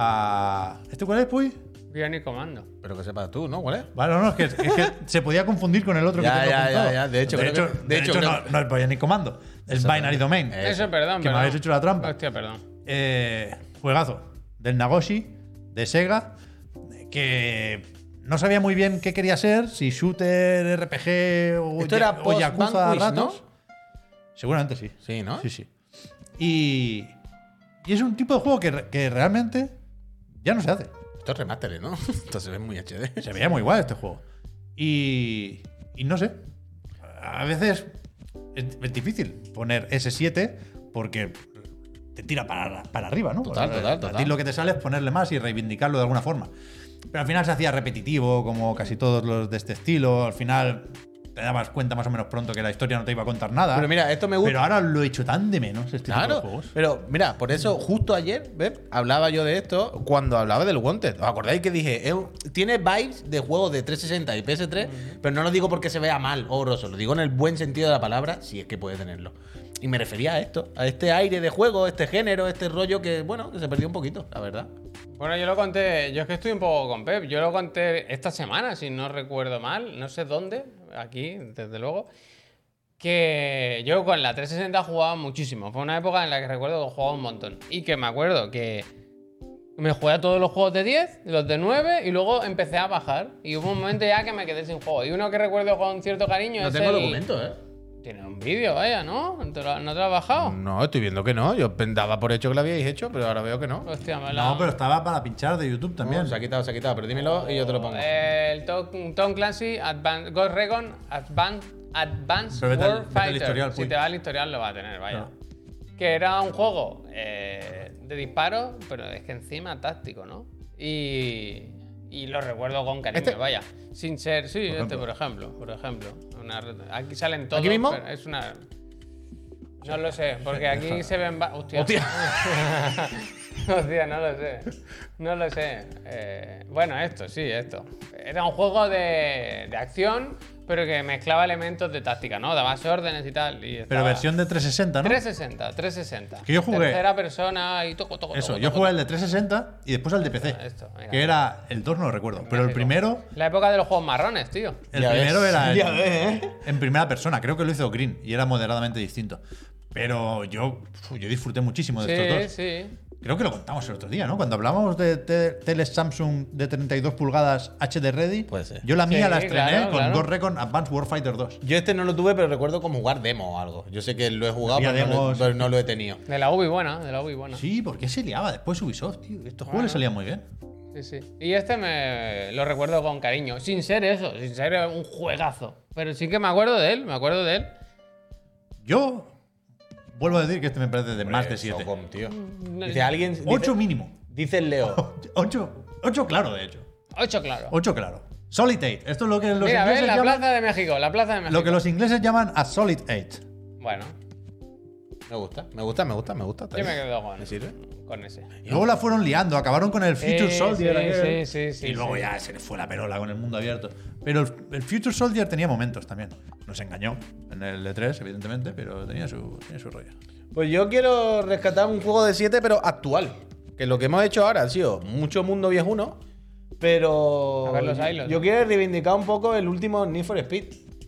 a... ¿Este cuál es, Puy? Bionic Commando. Pero que sepas tú, ¿no? ¿Cuál es? Vale, no, no, es que, es que se podía confundir con el otro Ya, que tengo ya, apuntado. ya, ya. De hecho, de creo hecho, que- de de hecho, hecho creo- no, no es Bionic Commando, es Eso, Binary Domain. Eh, Eso, perdón. que me perdón. habéis hecho la trampa. Hostia, perdón. Eh, juegazo del Nagoshi, de Sega, que no sabía muy bien qué quería ser, si shooter, R P G o, Esto ya- era o Yakuza a post-Vanquish, ¿no? ratos. Seguramente sí. Sí, ¿no? Sí, sí. Y, y es un tipo de juego que, re- que realmente ya no se hace. Esto es remaster, ¿no? Esto se ve muy H D. Se veía muy guay este juego. Y, y no sé. A veces es, es difícil poner ese siete porque te tira para, para arriba, ¿no? Total, A- total, A ti total. lo que te sale es ponerle más y reivindicarlo de alguna forma. Pero al final se hacía repetitivo, como casi todos los de este estilo. Al final te dabas cuenta más o menos pronto que la historia no te iba a contar nada. Pero mira, esto me gusta. Pero ahora lo he hecho tan de menos este tipo de Claro, juegos. pero mira, por eso justo ayer, ¿ves? Hablaba yo de esto cuando hablaba del Wanted. ¿Os acordáis que dije? Es un- tiene vibes de juegos de trescientos sesenta y P S tres, pero no lo digo porque se vea mal o grosso, lo digo en el buen sentido de la palabra, si es que puede tenerlo. Y me refería a esto, a este aire de juego, este género, este rollo que, bueno, que se perdió un poquito, la verdad. Bueno, yo lo conté, yo es que estoy un poco con Pep, yo lo conté esta semana, si no recuerdo mal, no sé dónde, aquí, desde luego, que yo con la trescientos sesenta jugaba muchísimo. Fue una época en la que recuerdo que jugaba un montón. Y que me acuerdo que me jugué a todos los juegos de diez, los de nueve, y luego empecé a bajar. Y hubo un momento ya que me quedé sin juego. Y uno que recuerdo con cierto cariño No es tengo el... documento, ¿eh? Tiene un vídeo, vaya, ¿no? ¿No te lo, no te lo has bajado? No, estoy viendo que no. Yo daba por hecho que lo habíais hecho, pero ahora veo que no. Hostia, me la... No, pero estaba para pinchar de YouTube también. No, se ha quitado, se ha quitado, pero dímelo y yo te lo pongo. El Tom, Tom Clancy, Advan Ghost Recon, Advanced Advance Pero vete al- World vete al Fighter. historial, Si Puy. te va al historial lo va a tener, vaya. Claro. Que era un juego eh, de disparo, pero es que encima táctico, ¿no? Y, y lo recuerdo con cariño, ¿Este? vaya. Sin ser, sí, este ejemplo. por ejemplo, por ejemplo. Una red- aquí salen todos. ¿Aquí mismo? pero es una... No lo sé, porque aquí se ven... va- Hostia. Hostia. Hostia, no lo sé. No lo sé. Eh, bueno, esto, sí, esto. Era un juego de, de acción, pero que mezclaba elementos de táctica, ¿no? Dabas órdenes y tal. Y Pero estaba- versión de trescientos sesenta, ¿no? trescientos sesenta, trescientos sesenta. Que yo jugué- Tercera persona y toco, toco, Eso, toco, yo toco, jugué el toco. de trescientos sesenta y después al de P C. Esto, venga. Que era el dos, no lo recuerdo. Pero el México. primero, La época de los juegos marrones, tío. el Ya primero ves, era ya en, ves, ¿eh? en primera persona. Creo que lo hizo Green y era moderadamente distinto. Pero yo, uf, yo disfruté muchísimo de estos Sí, dos. sí. Creo que lo contamos el otro día, ¿no? Cuando hablábamos de te- teles Samsung de treinta y dos pulgadas H D Ready, Puede ser. yo la mía Sí, la estrené claro, con claro. Ghost Recon Advanced Warfighter dos. Yo este no lo tuve, pero recuerdo como jugar demo o algo. Yo sé que lo he jugado, Había pero no, lo, demos. pero no lo he tenido. De la Ubi buena, de la Ubi buena. Sí, porque se liaba después Ubisoft, tío. Estos juegos Bueno. le salían muy bien. Sí, sí. Y este me lo recuerdo con cariño. Sin ser eso, sin ser un juegazo. Pero sí que me acuerdo de él, me acuerdo de él. Yo vuelvo a decir que este me parece de más de Eso, siete. com, tío. No- Dice alguien. Dice, ocho mínimo. Dice el Leo. ocho, ocho claro, de hecho. Ocho, claro. ocho claro. Solid eight. Esto es lo que los Mira, ves ingleses la llaman, plaza de México, la plaza de México. lo que los ingleses llaman a Solid eight. Bueno, Me gusta, me gusta, me gusta, me gusta. está yo me bien. quedo con, ¿Me sirve? con ese. Luego la fueron liando, acabaron con el Future Sí, Soldier. sí, aquel, sí, sí, sí, y luego sí. ya se le fue la perola con el mundo abierto. Pero el, el Future Soldier tenía momentos también. Nos engañó en el E tres, evidentemente, pero tenía su, tenía su rollo. Pues yo quiero rescatar un juego de siete, pero actual. Que lo que hemos hecho ahora ha sido mucho mundo viejuno, pero A ver los highlights. yo quiero reivindicar un poco el último Need for Speed.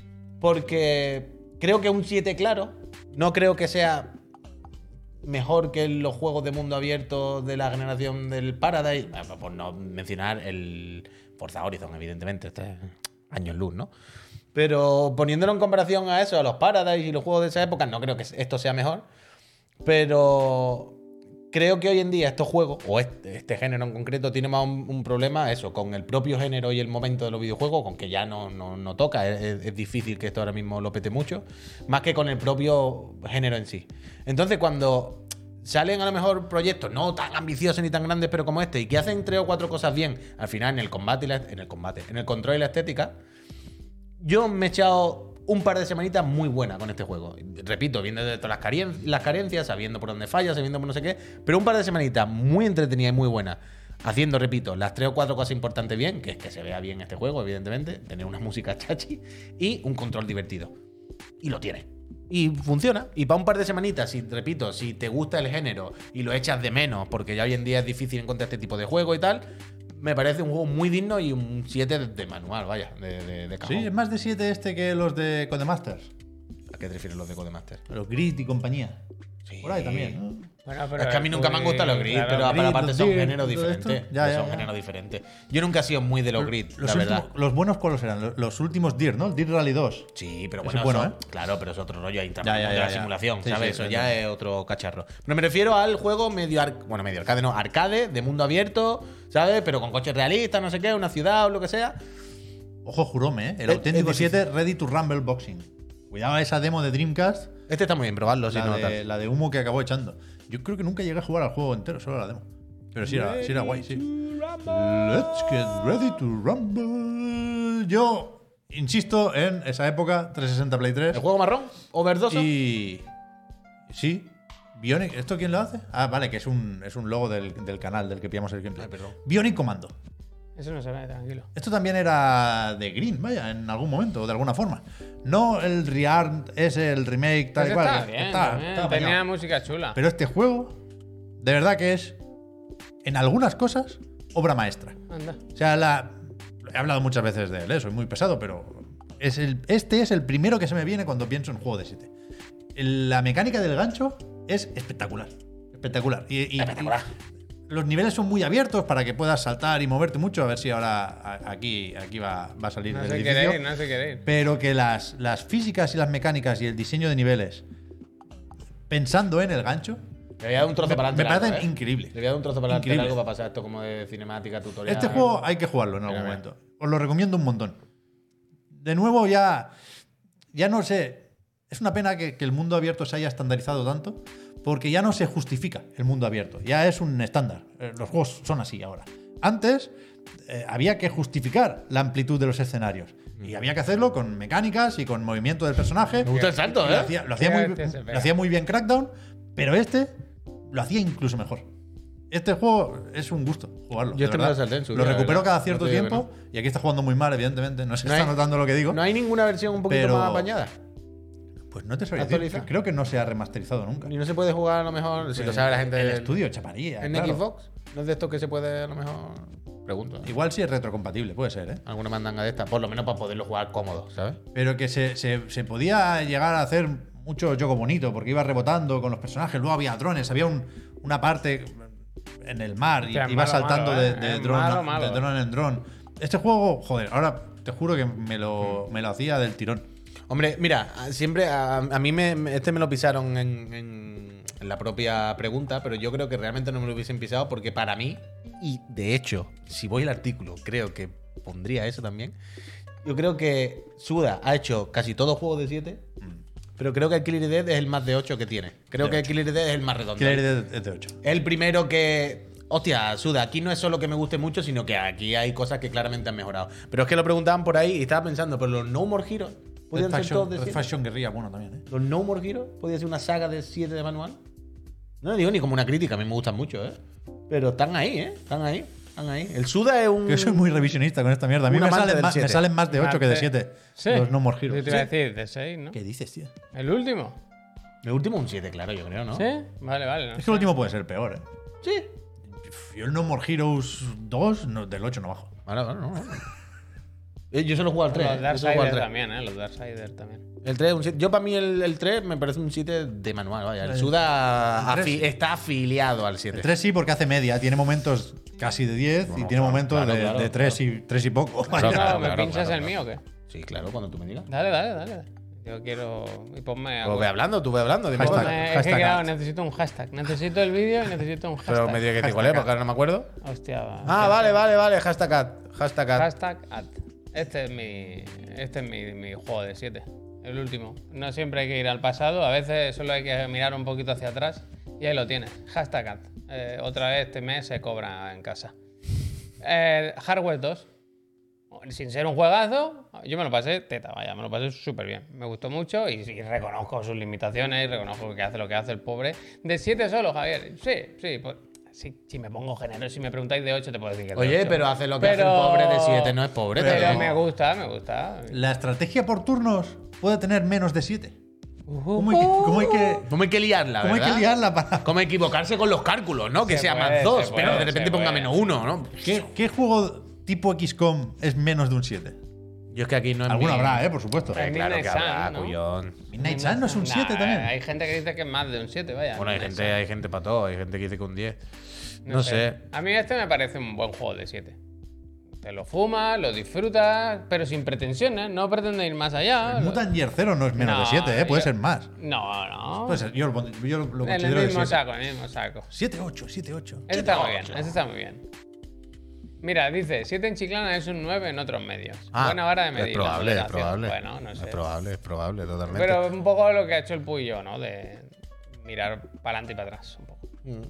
Porque creo que un siete claro. No creo que sea mejor que los juegos de mundo abierto de la generación del Paradise. Bueno, por no mencionar el Forza Horizon, evidentemente. Este es años luz, ¿no? Pero poniéndolo en comparación a eso, a los Paradise y los juegos de esa época, no creo que esto sea mejor. Pero creo que hoy en día estos juegos, o este, este género en concreto, tiene más un, un problema, eso, con el propio género y el momento de los videojuegos, con que ya no, no, no toca, es, es- es difícil que esto ahora mismo lo pete mucho, más que con el propio género en sí. Entonces, cuando salen a lo mejor proyectos no tan ambiciosos ni tan grandes, pero como este, y que hacen tres o cuatro cosas bien, al final en el combate, y la- en el combate, en el control y la estética, yo me he echado un par de semanitas muy buenas con este juego. Repito, viendo de todas las, carien- las carencias, sabiendo por dónde falla, sabiendo por no sé qué, pero un par de semanitas muy entretenidas y muy buenas. Haciendo, repito, las tres o cuatro cosas importantes bien, que es que se vea bien este juego, evidentemente, tener una música chachi y un control divertido. Y lo tiene. Y funciona. Y para un par de semanitas, si, repito, si te gusta el género y lo echas de menos, porque ya hoy en día es difícil encontrar este tipo de juego y tal, me parece un juego muy digno y un siete de, de manual, vaya, de, de, de cajón. Sí, es más de siete este que los de Codemasters. ¿A qué te refieres los de Codemaster? Los Grit y compañía. Sí. Por ahí también, ¿no? Bueno, pero Es que a mí nunca me han gustado los grid, claro, pero Grid, para aparte los son Dirt, géneros todo esto. diferentes. Ya, ya, son ya. géneros diferentes. Yo nunca he sido muy de los grid, Los, la últimos- verdad. los buenos, ¿cuáles eran? Los, los últimos Dirt, ¿no? El Dirt Rally dos. Sí, pero Ese bueno, es bueno, son- ¿eh? claro, pero es otro rollo ahí Ya, ya, de ya, la ya. simulación, Sí, ¿sabes? sí, Eso sí, ya sí. es otro cacharro. Pero me refiero al juego medio ar- bueno, medio arcade, no, arcade, de mundo abierto, ¿sabes? Pero con coches realistas, no sé qué, una ciudad o lo que sea. Ojo, Jurome, ¿eh? El Es- auténtico es difícil. siete Ready to Rumble Boxing. Cuidado a esa demo de Dreamcast, Este está muy bien, probarlo, si la, no de, tal. la de humo que acabó echando. Yo creo que nunca llegué a jugar al juego entero, solo a la demo. Pero sí era, sí era guay, sí. Let's get ready to rumble. Yo insisto en esa época, trescientos sesenta Play tres. ¿El juego marrón? ¿Overdoso? Y. Sí. Bionic, ¿esto quién lo hace? Ah, vale, que es un, es un logo del, del canal del que pillamos el gameplay. Ah, perdón. Bionic Commando. Eso no se ve, tranquilo. Esto también era de Green, vaya, en algún momento, de alguna forma. No el Reart, es el remake, tal y Ese cual. está que bien, está- también. está Tenía apañado. música chula. Pero este juego, de verdad que es, en algunas cosas, obra maestra. Anda. O sea, la, he hablado muchas veces de él, ¿eh? Soy muy pesado, pero es el, este es el primero que se me viene cuando pienso en juego de siete. El- La mecánica del gancho es espectacular. Espectacular. Y, y- Espectacular. y los niveles son muy abiertos para que puedas saltar y moverte mucho. A ver si ahora a- aquí, aquí va, va a salir No el se edificio. quiere ir, no se quiere ir. Pero que las, las físicas y las mecánicas y el diseño de niveles, pensando en el gancho, Le voy a dar un trozo me, para me adelante. parecen largo, ¿eh? increíbles. Le voy a dar un trozo para adelante Increíbles. algo para pasar esto como de cinemática, tutorial. Este juego hay que jugarlo en algún Mira, momento. Os lo recomiendo un montón. De nuevo, ya, ya no sé. Es una pena que, que el mundo abierto se haya estandarizado tanto, porque ya no se justifica el mundo abierto. Ya es un estándar. Eh, Los juegos son así ahora. Antes eh, había que justificar la amplitud de los escenarios. Y había que hacerlo con mecánicas y con movimiento del personaje. Me gusta el salto, Y Lo ¿eh? hacía, lo hacía Sí, muy, este se pega. lo hacía muy bien Crackdown, pero este lo hacía incluso mejor. Este juego es un gusto jugarlo. Yo de este me verdad. lo salté en su Lo día, recupero ¿verdad? cada No cierto te digo que tiempo. Y aquí está jugando muy mal, evidentemente. No se No está hay- notando lo que digo. No hay ninguna versión un poquito Pero- más apañada. Pues no te sabría decir. ¿Actualizado? Creo que no se ha remasterizado nunca. Y no se puede jugar a lo mejor, si lo sabe la gente El del- estudio chaparía. en claro. Xbox. No es de esto que se puede a lo mejor. Pregunto. ¿eh? Igual sí es retrocompatible, puede ser, ¿eh? Alguna mandanga de esta, por lo menos para poderlo jugar cómodo, ¿sabes? Pero que se, se- se podía llegar a hacer mucho juego bonito, porque iba rebotando con los personajes, luego había drones, había un- una parte en el mar y Hostia, es iba malo, saltando malo, de, ¿eh? de Es dron, malo, a- malo, de dron en dron. Este juego, joder, ahora te juro que me lo, me lo hacía del tirón. Hombre, mira, siempre a, a mí me, me- este me lo pisaron en, en- en la propia pregunta, pero yo creo que realmente no me lo hubiesen pisado porque para mí, y de hecho, si voy al artículo, creo que pondría eso también. Yo creo que Suda ha hecho casi todo juego de siete, pero creo que el Killer Dead es el más de ocho que tiene. Creo De que el Killer Dead es el más redondo. Killer Dead es de ocho. Es el primero que. Hostia, Suda, aquí no es solo que me guste mucho, sino que aquí hay cosas que claramente han mejorado. Pero es que lo preguntaban por ahí y estaba pensando, pero los No More Heroes podían ser todos de Red siete. Faction Guerrilla, bueno también, ¿eh? Los No More Heroes podía ser una saga de siete de manual. No lo digo ni como una crítica, a mí me gustan mucho, ¿eh? Pero están ahí, ¿eh? Están ahí, están ahí. El Suda es un. Yo soy muy revisionista con esta mierda. A mí Un me amante salen, del más, me siete. salen más de ocho que de Más de- siete. Sí. Los No More Yo Heroes. te iba a Sí. decir de seis, ¿no? ¿Qué dices, tío? ¿El último? El último un siete, claro, yo creo, ¿no? ¿Sí? Vale, vale. No Es que sé. el último puede ser peor, ¿eh? Sí. Yo el No More Heroes dos, no, del ocho no bajo. Vale, vale, no, no. Eh, Yo solo juego al tres. Los ¿eh? Yo solo juego al Darksiders tres. también, ¿eh? Los Darksiders también. El tres es un siete. Yo para mí el, el tres me parece un siete de manual, vaya. El El- Suda el tres afi- sí. está afiliado al siete. El tres sí, porque hace media. Tiene momentos casi de diez y Bueno, tiene claro, momentos claro, de, claro, de tres, y, tres y poco. Claro, Vaya. claro, ¿Me claro, pinchas claro, el mío o claro. qué? Sí, claro, cuando tú me digas. Dale, dale, dale. Yo quiero. Y ponme. Pues ve hablando, tú ve hablando. Dime Hashtag. cosas. Ponme- es que hashtag claro, ad. necesito un hashtag. Necesito el vídeo y necesito un hashtag. Pero me diga que te cuál es, porque ahora no me acuerdo. Hostia. va. Ah, vale, vale, vale. Hashtag ad. Hashtag ad. Hashtag ad. Este es mi. Este es mi, mi juego de siete. El último. No siempre hay que ir al pasado. A veces solo hay que mirar un poquito hacia atrás. Y ahí lo tienes. Hashtag ad. Eh, otra vez este mes se cobra en casa. Eh, Hardware dos. Sin ser un juegazo, yo me lo pasé teta, vaya, me lo pasé súper bien. Me gustó mucho y, y reconozco sus limitaciones y reconozco que hace lo que hace el pobre. De siete solo, Javier. Sí, sí, pues, sí, si me pongo generoso, si me preguntáis de ocho, te puedo decir que es de Oye, ocho. pero hace lo que hace el Pero- pobre de siete, no es pobre. Pero también. me gusta, me gusta. La estrategia por turnos puede tener menos de siete. ¿Cómo hay Uh, que, cómo hay que, ¿Cómo hay que liarla, cómo hay verdad? que liarla para.? ¿Cómo equivocarse con los cálculos, no? Que Se sea puede, más dos, se pero puede, de repente se ponga puede. menos uno, ¿no? ¿Qué, ¿Qué juego tipo X COM es menos de un siete? Yo es que aquí no es Alguno mi- habrá, ¿eh? Por supuesto. Hay Claro que Midnight habrá, Sun, ¿no? cuyón. Midnight Sun no es un Nah, siete también. Hay gente que dice que es más de un siete, vaya. Bueno, hay Midnight gente, Sun. hay gente para todo, hay gente que dice que un diez. No, sé. A mí este me parece un buen juego de siete. Te lo fumas, lo disfrutas, pero sin pretensiones, no pretende ir más allá. El Mutant Year Zero no es menos No, de siete, ¿eh? Puede yo- ser más. No, no. Puede ser, yo lo, pondré- yo lo en el considero de mismo siete. saco, en el mismo saco. siete ocho, siete ocho. Ese está muy bien, ese está muy bien. Mira, dice, siete en Chiclana es un nueve en otros medios. Ah, Buena vara de medir. es la probable, es moderación. probable. Bueno, no sé. Es probable, es probable, totalmente. Pero un poco lo que ha hecho el Puyo, ¿no? De mirar para adelante y para atrás, un poco. Mm.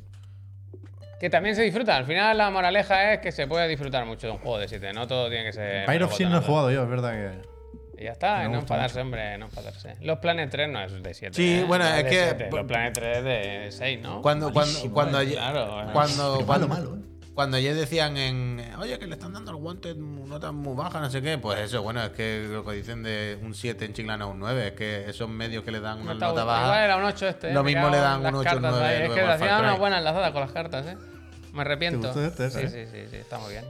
Que también se disfruta. Al final la moraleja es que se puede disfrutar mucho de un juego de siete. No todo tiene que ser... Pyre of Sin no he melocotón. jugado yo, es verdad que. Y ya está, Me y no gusta enfadarse, hombre, no enfadarse. Los Planet tres no es de siete. Sí, bueno, no es de que- siete. Los Planet tres es de seis, ¿no? Cuando, cuando, Malísimo, cuando, eh. Claro. cuando, Pero cuando, malo, malo, ¿eh? Cuando ayer decían en. Oye, que le están dando el guante notas muy bajas, no sé qué. Pues eso, bueno, es que lo que dicen de un siete en Chiclana es un nueve. Es que esos medios que le dan una No está nota igual, baja. era un ocho este. Lo me mismo cago le en dan las un ocho, cartas nueve ahí. Es luego que al hacían Far una Cry. buena enlazada con las cartas, ¿eh? Me arrepiento. ¿Te gustó este, sí, eh? sí, sí, sí, está muy bien.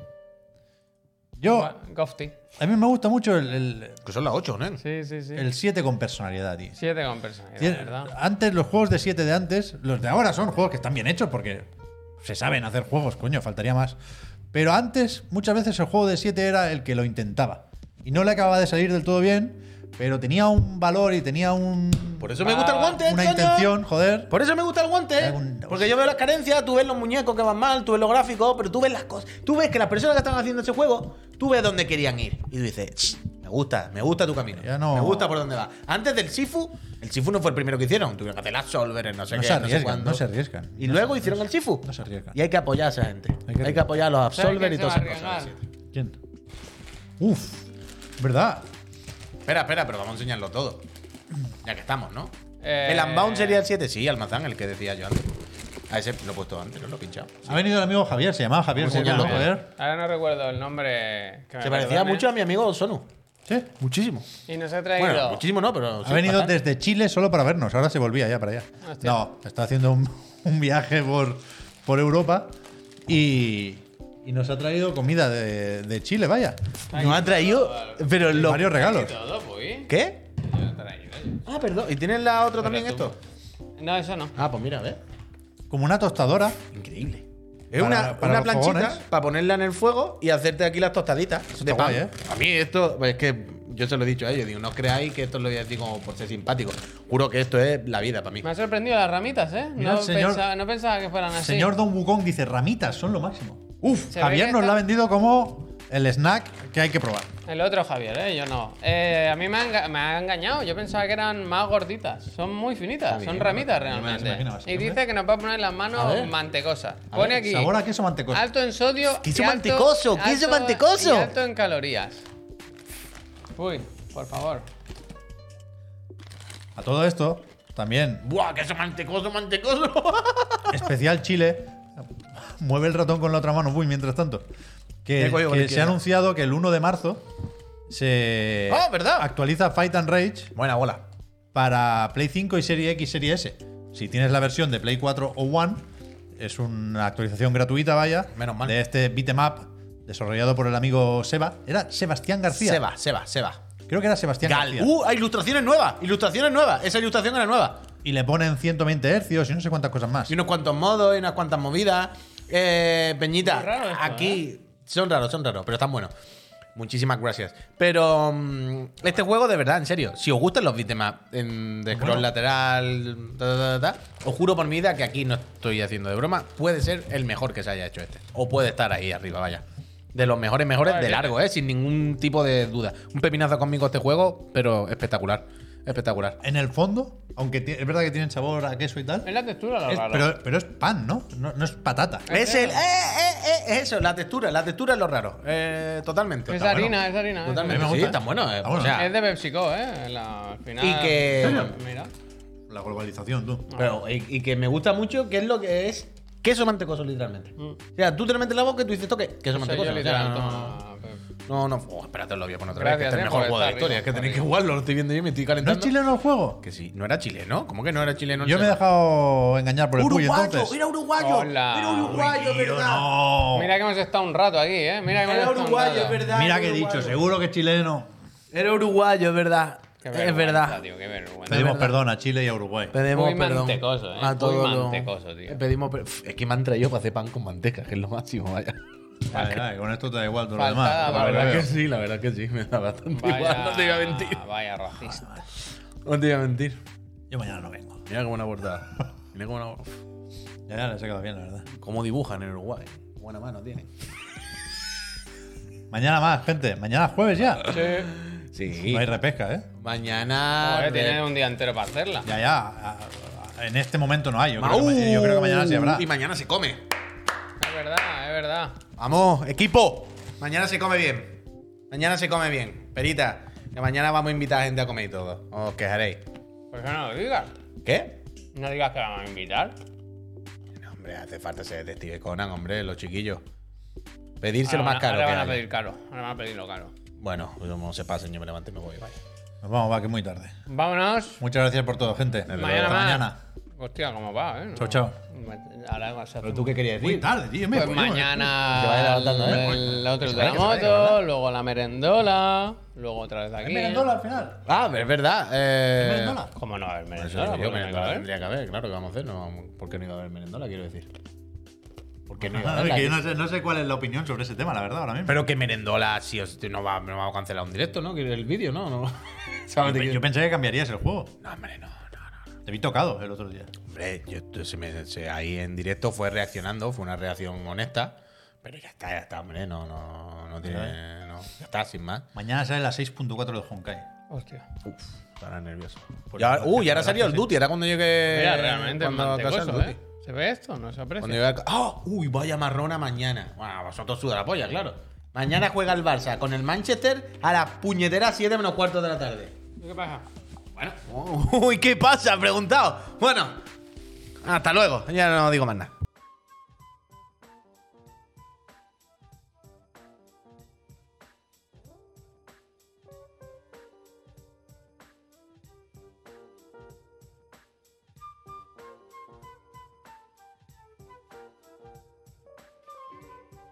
Yo, Gofty. a mí me gusta mucho el, el, Que son las ocho, ¿no? Sí, sí, sí. el siete con personalidad, tío. siete con personalidad, Tiene- ¿verdad? Antes, los juegos de siete de antes, los de ahora son juegos que están bien hechos porque se saben hacer juegos, coño, faltaría más. Pero antes, muchas veces el juego de siete era el que lo intentaba. Y no le acababa de salir del todo bien, pero tenía un valor y tenía un, Por eso me gusta el guante, una coño. intención, joder. Por eso me gusta el guante. Algún- Porque yo veo las carencias, tú ves los muñecos que van mal, tú ves los gráficos, pero tú ves las cosas. Tú ves que las personas que están haciendo ese juego, tú ves dónde querían ir. Y tú dices, "Ch, me gusta, me gusta tu camino. Ya no- Me gusta por dónde va. Antes del Sifu, el Sifu no fue el primero que hicieron. Tuvieron que hacer las Solver, no sé No qué, se no sé arriesgan, cuándo. no se arriesgan. Y No luego se- hicieron no el se- Sifu. no se arriesgan. Y hay que apoyar a esa gente. Hay que- Hay que apoyar a los ¿Sabes Absolver quién y se todas va a esas cosas. arriesgar? sí. ¿Quién? Uf, ¿verdad? Espera, espera, pero vamos a enseñarlo todo. Ya que estamos, ¿no? Eh, ¿El Unbound sería el siete? Sí, Almazán, el que decía yo antes. A ese lo he puesto antes, no lo he pinchado. Ha venido el amigo Javier, se llamaba Javier. Vamos a ¿cómo se llama, enseñarlo Javier? Ahora no recuerdo el nombre. Que me Se parecía perdone. mucho a mi amigo Sonu. Sí. Muchísimo. Y nos ha traído. Bueno, muchísimo no, pero. Ha sí, venido bastante. desde Chile solo para vernos, ahora se volvía ya para allá. Hostia. No, está haciendo un, un viaje por, por Europa y, y nos ha traído comida de, de Chile, vaya. Nos ha traído. Pero lo. Varios regalos. Todo, pues. ¿Qué? Yo he traído. Ah, perdón. ¿Y tienes la otra también tú. esto? No, eso no. Ah, pues mira, a ver. Como una tostadora. Increíble. Es Para- una, para una los planchita fogones. para ponerla en el fuego y hacerte aquí las tostaditas de está pan. guay, ¿eh? A mí esto, pues es que yo se lo he dicho a ellos, digo, no os creáis que esto lo voy a decir como por ser simpático. Juro que esto es la vida para mí. Me ha sorprendido las ramitas, ¿eh? Mira, No, el señor- pensaba, no pensaba que fueran así. Señor Don Wukong dice ramitas, son lo máximo. Uf, Se Javier ve que nos está- la ha vendido como el snack que hay que probar. El otro Javier, ¿eh? Yo no. Eh, a mí me ha, enga- me ha engañado. Yo pensaba que eran más gorditas. Son muy finitas. Está son bien, ramitas yo me las realmente. imaginaba así, Y hombre. dice que nos va a poner las A manos ver. mantecosas. A Pone ver, aquí. Sabor a queso mantecoso. Alto en sodio. Queso y alto- mantecoso, queso alto- mantecoso. Y alto en calorías. Uy, por favor. A todo esto, también, ¡Buah, que eso mantecoso, mantecoso! especial Chile, mueve el ratón con la otra mano, uy, mientras tanto. Que, He cogido con la que se ha izquierda. anunciado que el uno de marzo se Ah, ¿verdad? actualiza Fight and Rage Buena bola. para Play cinco y Serie X, Serie S. Si tienes la versión de Play cuatro o One, es una actualización gratuita, vaya, Menos mal. de este beat'em up desarrollado por el amigo Seba. Era Sebastián García. Seba, Seba, Seba. Creo que era Sebastián Gal. García. ¡Uh! Hay ilustraciones nuevas. Ilustraciones nuevas. Esa ilustración era nueva. Y le ponen ciento veinte hercios y no sé cuántas cosas más. Y unos cuantos modos y unas cuantas movidas. Eh, Peñita, Muy raro esto, aquí son raros, son raros, pero están buenos. Muchísimas gracias. Pero mm, este juego, de verdad, en serio, si os gustan los beatemaps en de scroll Bueno. lateral, ta, ta, ta, ta, os juro por mi vida que aquí no estoy haciendo de broma, puede ser el mejor que se haya hecho este. O puede estar ahí arriba, vaya. De los mejores, mejores Vale, de largo, ¿eh? Sin ningún tipo de duda. Un pepinazo conmigo este juego, pero espectacular. Espectacular. En el fondo, aunque ti- es verdad que tienen sabor a queso y tal, Es la textura lo es- raro. pero, pero es pan, ¿no? No, no es patata. Es el. Eh, eh, eh, eso, la textura. La textura es lo raro. Eh, totalmente. Es Está bueno. harina, es harina. es Totalmente. A mí me Sí, gusta. está bueno. eh. Está bueno. O sea, Es de PepsiCo, ¿eh? La, al final. Y que- Mira. La globalización, tú. pero, y, y que me gusta mucho, que es lo que es queso mantecoso, literalmente. O sea, tú te lo metes en la boca y tú dices, ¿esto qué? Queso Soy mantecoso. yo O sea, literal, no, no, toma, Pep. no, no. Oh, espérate, lo voy a poner otra Gracias, vez. Que este es el eh, mejor porque juego de la está historia. rico, Es que está tenéis que rico. jugarlo, lo estoy viendo yo y me estoy ¿No es calentando. chileno el juego? Que sí, no era chileno. ¿Cómo que no era chileno? el Yo me he Seba? dejado engañar por el Puy, Uruguayo, entonces. era uruguayo. Hola. Era uruguayo, Tío, ¿verdad? no. Mira que hemos estado un rato aquí, ¿eh? Mira que hemos Era estado un uruguayo, rato. es verdad. Mira era que he dicho, uruguayo. seguro que es chileno. Era uruguayo, es verdad. Qué Es vergüenza, verdad. Tío, qué vergüenza. Pedimos verdad. perdón a Chile y a Uruguay. Pedimos Muy perdón mantecoso, ¿eh? a Muy todos los- mantecoso, tío. Pedimos per- Es que me han traído para hacer pan con manteca, que es lo máximo, vaya. Vale, vale, con esto te da igual todo lo Faltada, demás. La vale, verdad veo. que sí, la verdad que sí, me da bastante Vaya, igual, no te iba a mentir. Vaya racista. No te iba a mentir. Yo mañana no vengo. Mira qué buena portada. Mira qué buena. Uf, Ya, ya, les ha quedado bien, la verdad. cómo dibujan en Uruguay. Buena mano tienen. Mañana más, gente. Mañana es jueves ya. Sí. Sí. No hay repesca, ¿eh? Mañana. Joder, re- tienen un día entero para hacerla. Ya, ya. A- a- En este momento no hay. Yo, creo Mau. que, ma- yo creo que mañana sí habrá. Y mañana se come. Es verdad, es verdad. Vamos, equipo. Mañana se come bien. Mañana se come bien. Perita, que mañana vamos a invitar a gente a comer y todo. Os quejaréis. Pues que no lo digas. ¿Qué? No digas que vamos a invitar. No, hombre, hace falta ser detective Conan, hombre, los chiquillos. Pedírselo Ahora más caro. Ahora que van a haya. pedir caro. Ahora van a pedirlo caro. Bueno, pues como se pasen, yo me levanto y me voy. Vaya. Nos vamos, va, que es muy tarde. Vámonos. Muchas gracias por todo, gente. Mañana Hasta más. mañana. Hostia, ¿cómo va, eh? Chao, chao. Ahora vas a ¿Pero tú qué querías Muy decir? tarde, tío. Me Pues voy, yo, mañana Que vaya levantando, ¿eh? el otro Que de se vaya, la que se vaya, que moto, vaya. luego la merendola, luego otra vez ¿Es aquí. merendola al final? Ah, es verdad. Eh... ¿Es merendola? ¿Cómo no va a haber Por eso merendola? digo yo, ¿Por qué no merendola va a haber? tendría que haber, claro que vamos a hacer. No, ¿por qué no iba a haber merendola? Quiero decir. ¿Por qué no iba a Es haberla? que yo no sé, no sé cuál es la opinión sobre ese tema, la verdad, ahora mismo. Pero que merendola, sí, os- no, va, no vamos a cancelar un directo, ¿no? Que el vídeo, ¿no? no. ¿Sabes de yo, qué? yo pensé que cambiarías el juego. No, hombre, no, no, no. Te vi tocado el otro día. Hombre, yo, yo se me- se- ahí en directo fue reaccionando, fue una reacción honesta. Pero ya está, ya está, hombre, no, no, no tiene. No, ya está, sin más. Mañana sale la seis punto cuatro de Honkai. Hostia. Uf, estará nervioso. Pues Ya, la- uy, ya ahora la salió el verdad que Duty, era cuando llegué. Mira, realmente es cuando a casa el mantecoso, Duty. ¿eh? ¿Se ve esto? No se aprecia. Cuando llegué a ca- ¡Ah! Uy, vaya marrona mañana. Bueno, vosotros suda la polla, claro. Mañana juega el Barça con el Manchester a las puñeteras siete menos cuarto de la tarde. ¿Qué pasa? Bueno. Uy, ¿qué pasa? Preguntado. Bueno, hasta luego. Ya no digo más nada.